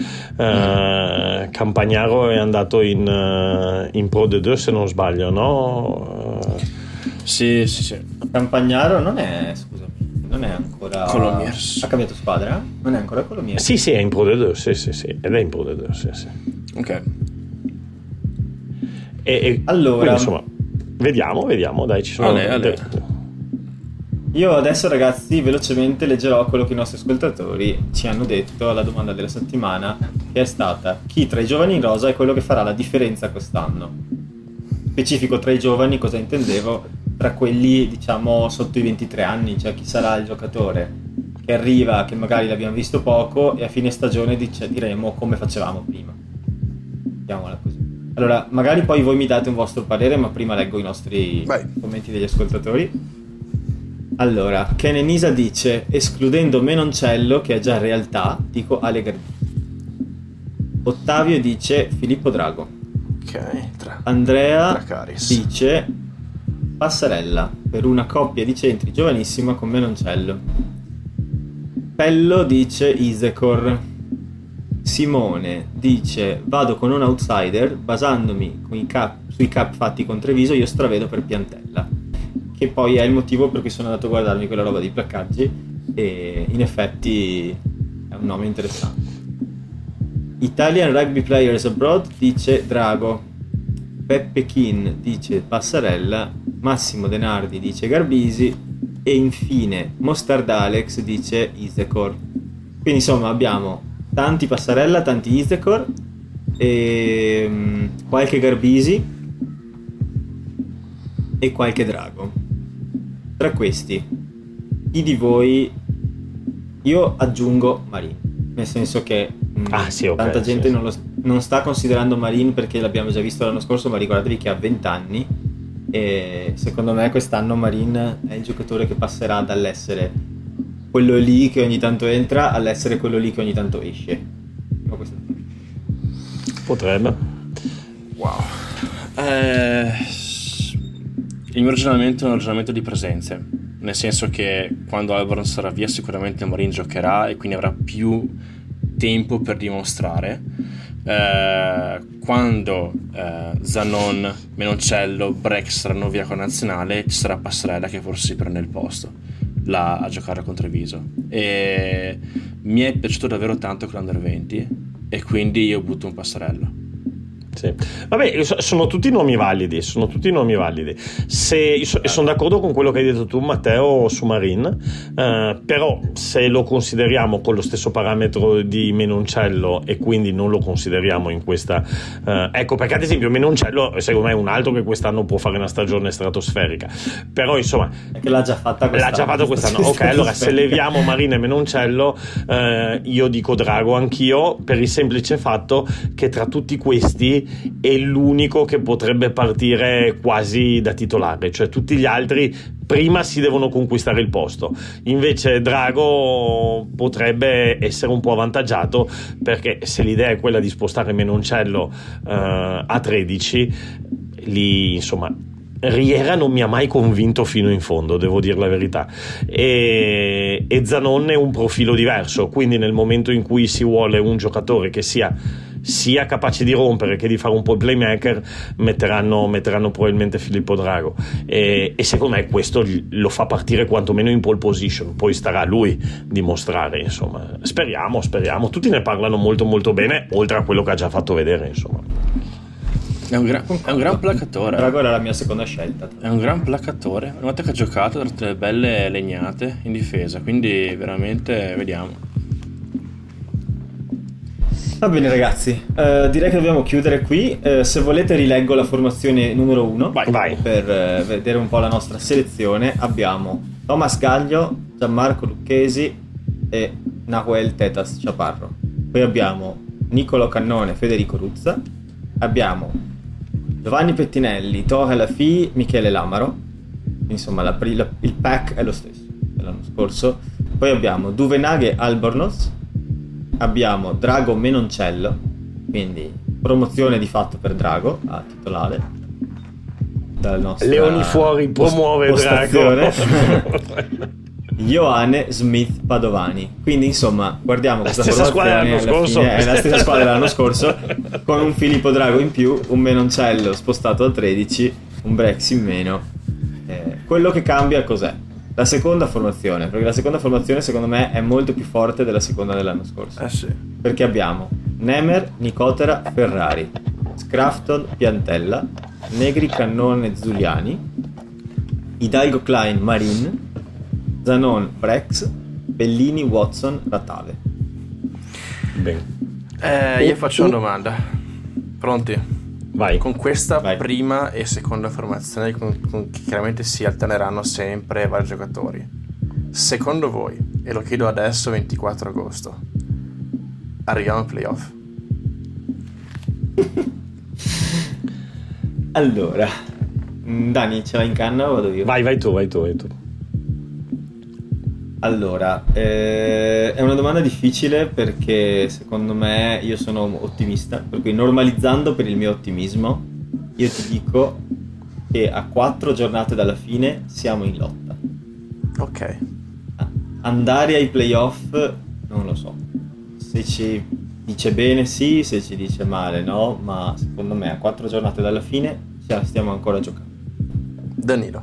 eh, Campagnaro è andato in, eh, in Pro D due se non sbaglio, no? Eh, Sì, sì, sì. Campagnaro non è, scusami, non è ancora... Colomiers. Ha cambiato squadra? Non è ancora Colomiers? sì, sì, è in Pro D due, sì, sì, sì, ed è in Pro D due, sì, sì. Ok. E, e Allora- quindi, insomma, vediamo, vediamo, dai, ci sono... Ale, ale. Io adesso ragazzi velocemente leggerò quello che i nostri ascoltatori ci hanno detto alla domanda della settimana, che è stata: chi tra i giovani in rosa è quello che farà la differenza quest'anno? Specifico tra i giovani cosa intendevo? Tra quelli diciamo sotto i ventitré anni, cioè chi sarà il giocatore che arriva, che magari l'abbiamo visto poco e a fine stagione dice, diremo come facevamo prima. Mettiamola così. Allora, magari poi voi mi date un vostro parere, ma prima leggo i nostri Vai. commenti degli ascoltatori. Allora, Kenenisa dice: escludendo Menoncello, che è già realtà, dico Ale Garbisi. Ottavio dice Filippo Drago. Ok, tra, Andrea Dracaris. dice Passarella, per una coppia di centri giovanissima con Menoncello. Pello dice Isecor. Simone dice: vado con un outsider, basandomi con i cap, sui cap fatti con Treviso, io stravedo per Piantella, che poi è il motivo per cui sono andato a guardarmi quella roba dei placcaggi, e in effetti è un nome interessante. Italian Rugby Players Abroad dice Drago. Peppe Kin dice Passarella. Massimo Denardi dice Garbisi. E infine Mostard Alex dice Isecor. Quindi insomma abbiamo tanti Passarella, tanti Isecor e um, qualche Garbisi e qualche Drago. Tra questi, chi di voi... Io aggiungo Marin, nel senso che mh, Ah, sì, ok, tanta gente sì, non, lo, non sta considerando Marin perché l'abbiamo già visto l'anno scorso, ma ricordatevi che ha venti anni e secondo me quest'anno Marin è il giocatore che passerà dall'essere quello lì che ogni tanto entra all'essere quello lì che ogni tanto esce. Ho questa- Potrebbe. Wow. Eh, il mio ragionamento è un ragionamento di presenze, nel senso che quando Alvaron sarà via sicuramente Marin giocherà e quindi avrà più tempo per dimostrare. Eh, quando eh, Zanon, Menoncello, Breck saranno via con la nazionale, ci sarà Passarella che forse si prende il posto là a giocare contro Treviso, e mi è piaciuto davvero tanto con l'Under venti e quindi io butto un Passarella. Sì. Vabbè, sono tutti nomi validi, sono tutti nomi validi. Se, sono d'accordo con quello che hai detto tu, Matteo, su Marin, eh, però se lo consideriamo con lo stesso parametro di Menoncello e quindi non lo consideriamo in questa, eh, ecco, perché ad esempio Menoncello secondo me è un altro che quest'anno può fare una stagione stratosferica, però insomma è che l'ha già fatta quest'anno, l'ha già fatto quest'anno. Ok, allora se leviamo Marin e Menoncello, eh, io dico Drago anch'io, per il semplice fatto che tra tutti questi è l'unico che potrebbe partire quasi da titolare, cioè tutti gli altri prima si devono conquistare il posto. Invece Drago potrebbe essere un po' avvantaggiato, perché se l'idea è quella di spostare Menoncello eh, a tredici, lì insomma Riera non mi ha mai convinto fino in fondo, devo dire la verità, e, e Zanon è un profilo diverso, quindi nel momento in cui si vuole un giocatore che sia sia capace di rompere che di fare un po' il playmaker, metteranno, metteranno probabilmente Filippo Drago, e, e secondo me questo lo fa partire quantomeno in pole position, poi starà a lui dimostrare, insomma. Speriamo, speriamo, tutti ne parlano molto molto bene, oltre a quello che ha già fatto vedere, insomma. È un, gran, è un gran placatore. Drago era la mia seconda scelta. È un gran placatore. Una volta che ha giocato, ha dato delle belle legnate in difesa. Quindi veramente vediamo. Va bene ragazzi, uh, direi che dobbiamo chiudere qui. Uh, se volete rileggo la formazione numero uno. Vai, vai. Per uh, vedere un po' la nostra selezione. Abbiamo Thomas Gaglio, Gianmarco Lucchesi e Nahuel Tetas Chaparro. Poi abbiamo Nicolo Cannone, Federico Ruzza. Abbiamo Giovanni Pettinelli, Tohe Lafi, Michele Lamaro. Insomma la, la, il pack è lo stesso dell'anno scorso. Poi abbiamo Duvenaghe Albornoz. Abbiamo Drago Menoncello, quindi promozione di fatto per Drago a titolare dal nostro Leoni fuori, promuove Drago. Ioane Smith Padovani, quindi insomma guardiamo la questa stessa squadra dell'anno scorso, è la stessa squadra dell'anno scorso con un Filippo Drago in più, un Menoncello spostato a tredici, un Brex in meno. Eh, quello che cambia cos'è? La seconda formazione, perché la seconda formazione secondo me è molto più forte della seconda dell'anno scorso. Eh sì. Perché abbiamo Nemer, Nicotera, Ferrari, Scrafton, Piantella, Negri, Cannone, Zuliani, Hidalgo, Klein, Marin, Zanon, Brex, Bellini, Watson, Ratave. Bene. Eh, io faccio una domanda. Pronti? Vai. Con questa Vai. prima e seconda formazione, con, con, chiaramente si alterneranno sempre vari giocatori. Secondo voi, e lo chiedo adesso ventiquattro agosto, arriviamo ai playoff? Allora, Dani, ce l'hai in canna o vado io? Vai, vai tu, vai tu, vai tu. Allora, eh, è una domanda difficile perché secondo me io sono ottimista, per cui normalizzando per il mio ottimismo, io ti dico che a quattro giornate dalla fine siamo in lotta. Ok. Andare ai playoff non lo so, se ci dice bene sì, se ci dice male no, ma secondo me a quattro giornate dalla fine stiamo ancora giocando. Danilo.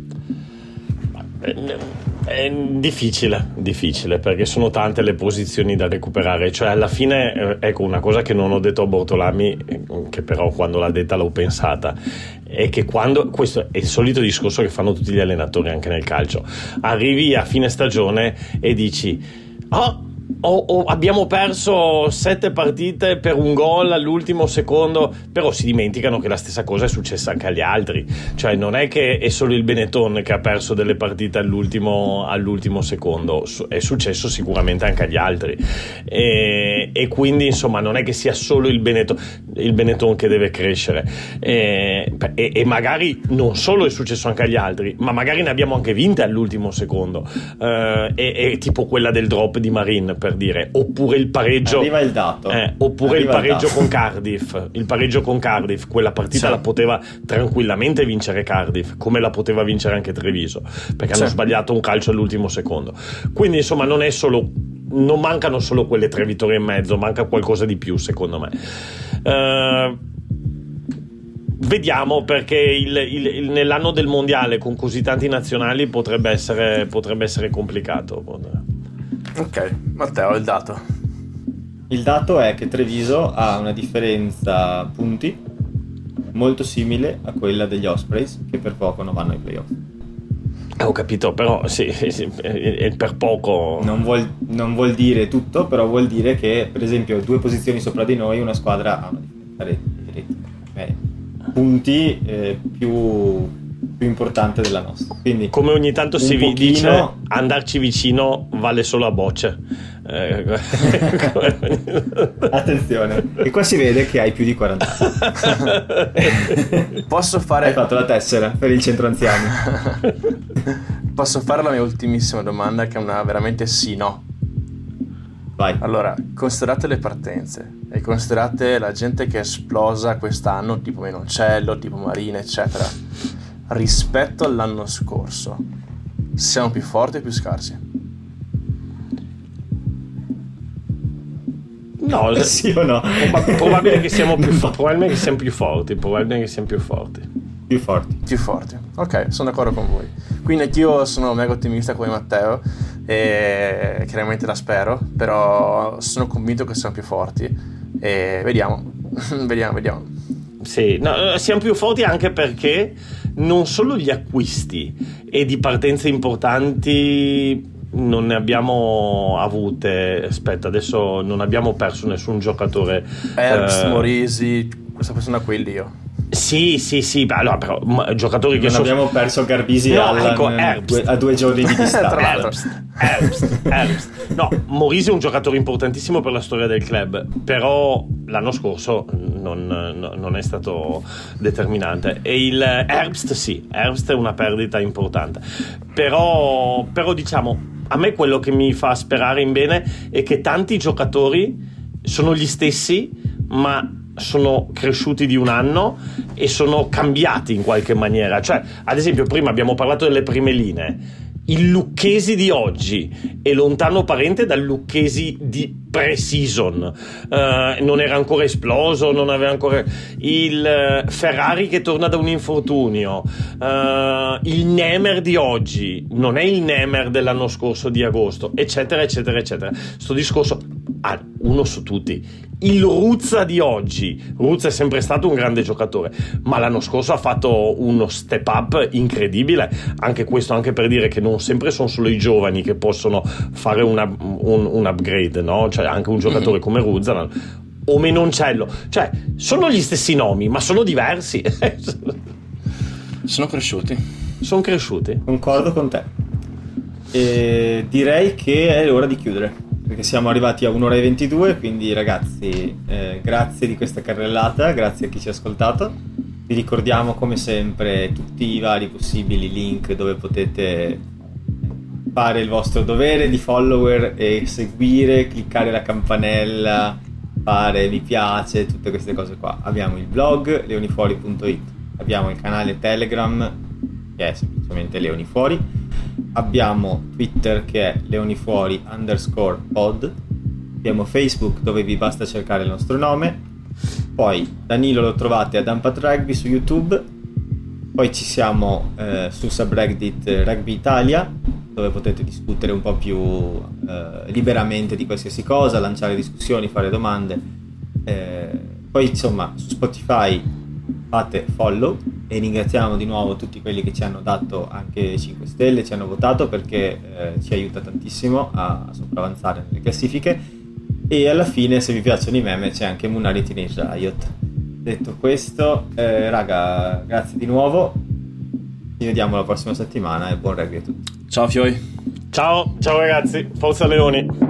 È difficile, difficile, perché sono tante le posizioni da recuperare, cioè alla fine, ecco, una cosa che non ho detto a Bortolami, che però quando l'ha detta l'ho pensata, è che quando, questo è il solito discorso che fanno tutti gli allenatori anche nel calcio, arrivi a fine stagione e dici oh, oh, oh, abbiamo perso sette partite per un gol all'ultimo secondo, però si dimenticano che la stessa cosa è successa anche agli altri, cioè non è che è solo il Benetton che ha perso delle partite all'ultimo, all'ultimo secondo, è successo sicuramente anche agli altri, e, e quindi insomma non è che sia solo il Benetton, il Benetton che deve crescere, e, e, e magari non solo è successo anche agli altri, ma magari ne abbiamo anche vinte all'ultimo secondo, eh, e, e tipo quella del drop di Marin, per dire, oppure il pareggio, arriva il dato, eh, oppure arriva il pareggio il con Cardiff, il pareggio con Cardiff, quella partita sì. la poteva tranquillamente vincere Cardiff, come la poteva vincere anche Treviso, perché sì. hanno sbagliato un calcio all'ultimo secondo, quindi insomma non è solo, non mancano solo quelle tre vittorie e mezzo, manca qualcosa di più secondo me. Uh, vediamo, perché il, il, il, nell'anno del mondiale con così tanti nazionali potrebbe essere, potrebbe essere complicato. Ok, Matteo, il dato. il dato è che Treviso ha una differenza punti molto simile a quella degli Ospreys, che per poco non vanno ai playoff. Ho capito, però sì, sì, è per poco. Non vuol, non vuol dire tutto, però vuol dire che, per esempio, due posizioni sopra di noi una squadra ha una differenza di reti, eh, punti eh, più, più importante della nostra. Quindi, come ogni tanto si vi pochino... dice, andarci vicino vale solo a bocce. Eh, Attenzione, e qua si vede che hai più di quaranta. Posso fare... Hai fatto la tessera per il centro anziani. Posso fare la mia ultimissima domanda, che è una veramente sì no. Vai. Allora, considerate le partenze e considerate la gente che è esplosa quest'anno, tipo Menoncello, tipo Marina, eccetera, rispetto all'anno scorso, siamo più forti o più scarsi? No, sì o no? Prob- probabile che siamo più fo- probabilmente che siamo più forti, probabilmente che siamo più forti. Più forti. Più forti. Ok, sono d'accordo con voi. Quindi anch'io sono mega ottimista come Matteo e chiaramente la spero, però sono convinto che siamo più forti e vediamo. vediamo, vediamo. Sì, no, siamo più forti anche perché non solo gli acquisti e di partenze importanti non ne abbiamo avute. Aspetta, adesso non abbiamo perso nessun giocatore. Herbst, eh, Morisi, questa persona qui Dio. Sì, sì, sì, beh, allora, però ma, giocatori che non sono... abbiamo perso Garbisi e No, Allan ecco, eh, Herbst. due, a due giorni di distanza. Herbst, Herbst, Herbst. No, Morisi è un giocatore importantissimo per la storia del club, però l'anno scorso non, no, non è stato determinante. E il Herbst sì, Herbst è una perdita importante, però, però diciamo, a me quello che mi fa sperare in bene è che tanti giocatori sono gli stessi, ma sono cresciuti di un anno e sono cambiati in qualche maniera. Cioè, ad esempio, prima abbiamo parlato delle prime linee. Il Lucchesi di oggi è lontano parente dal Lucchesi di pre-season. Uh, non era ancora esploso, non aveva ancora il uh, Ferrari che torna da un infortunio. Uh, il Nemer di oggi non è il Nemer dell'anno scorso di agosto, eccetera, eccetera, eccetera. Sto discorso, ah, uno su tutti. Il Ruzza di oggi, Ruzza è sempre stato un grande giocatore, ma l'anno scorso ha fatto uno step up incredibile. Anche questo, anche per dire che non sempre sono solo i giovani che possono fare una, un, un upgrade, no? Cioè anche un giocatore come Ruzza o Menoncello, cioè sono gli stessi nomi, ma sono diversi. Sono cresciuti. Sono cresciuti. Concordo con te. E direi che è l'ora di chiudere, perché siamo arrivati a un'ora e ventidue, quindi ragazzi, eh, grazie di questa carrellata, grazie a chi ci ha ascoltato. Vi ricordiamo come sempre tutti i vari possibili link dove potete fare il vostro dovere di follower e seguire, cliccare la campanella, fare mi piace, tutte queste cose qua. Abbiamo il blog leonifuori punto it, abbiamo il canale Telegram che è semplicemente Leonifuori, abbiamo Twitter che è leonifuori underscore pod, abbiamo Facebook dove vi basta cercare il nostro nome, poi Danilo lo trovate a Dumpat Rugby su YouTube, poi ci siamo eh, sul subreddit Rugby Italia dove potete discutere un po' più eh, liberamente di qualsiasi cosa, lanciare discussioni, fare domande, eh, poi insomma su Spotify fate follow e ringraziamo di nuovo tutti quelli che ci hanno dato anche cinque stelle, ci hanno votato, perché eh, ci aiuta tantissimo a sopravanzare nelle classifiche. E alla fine, se vi piacciono i meme, c'è anche Munari Teenage Riot. Detto questo, eh, raga, grazie di nuovo, ci vediamo la prossima settimana e buon rugby a tutti. Ciao Fioi. Ciao, ciao ragazzi, forza Leoni.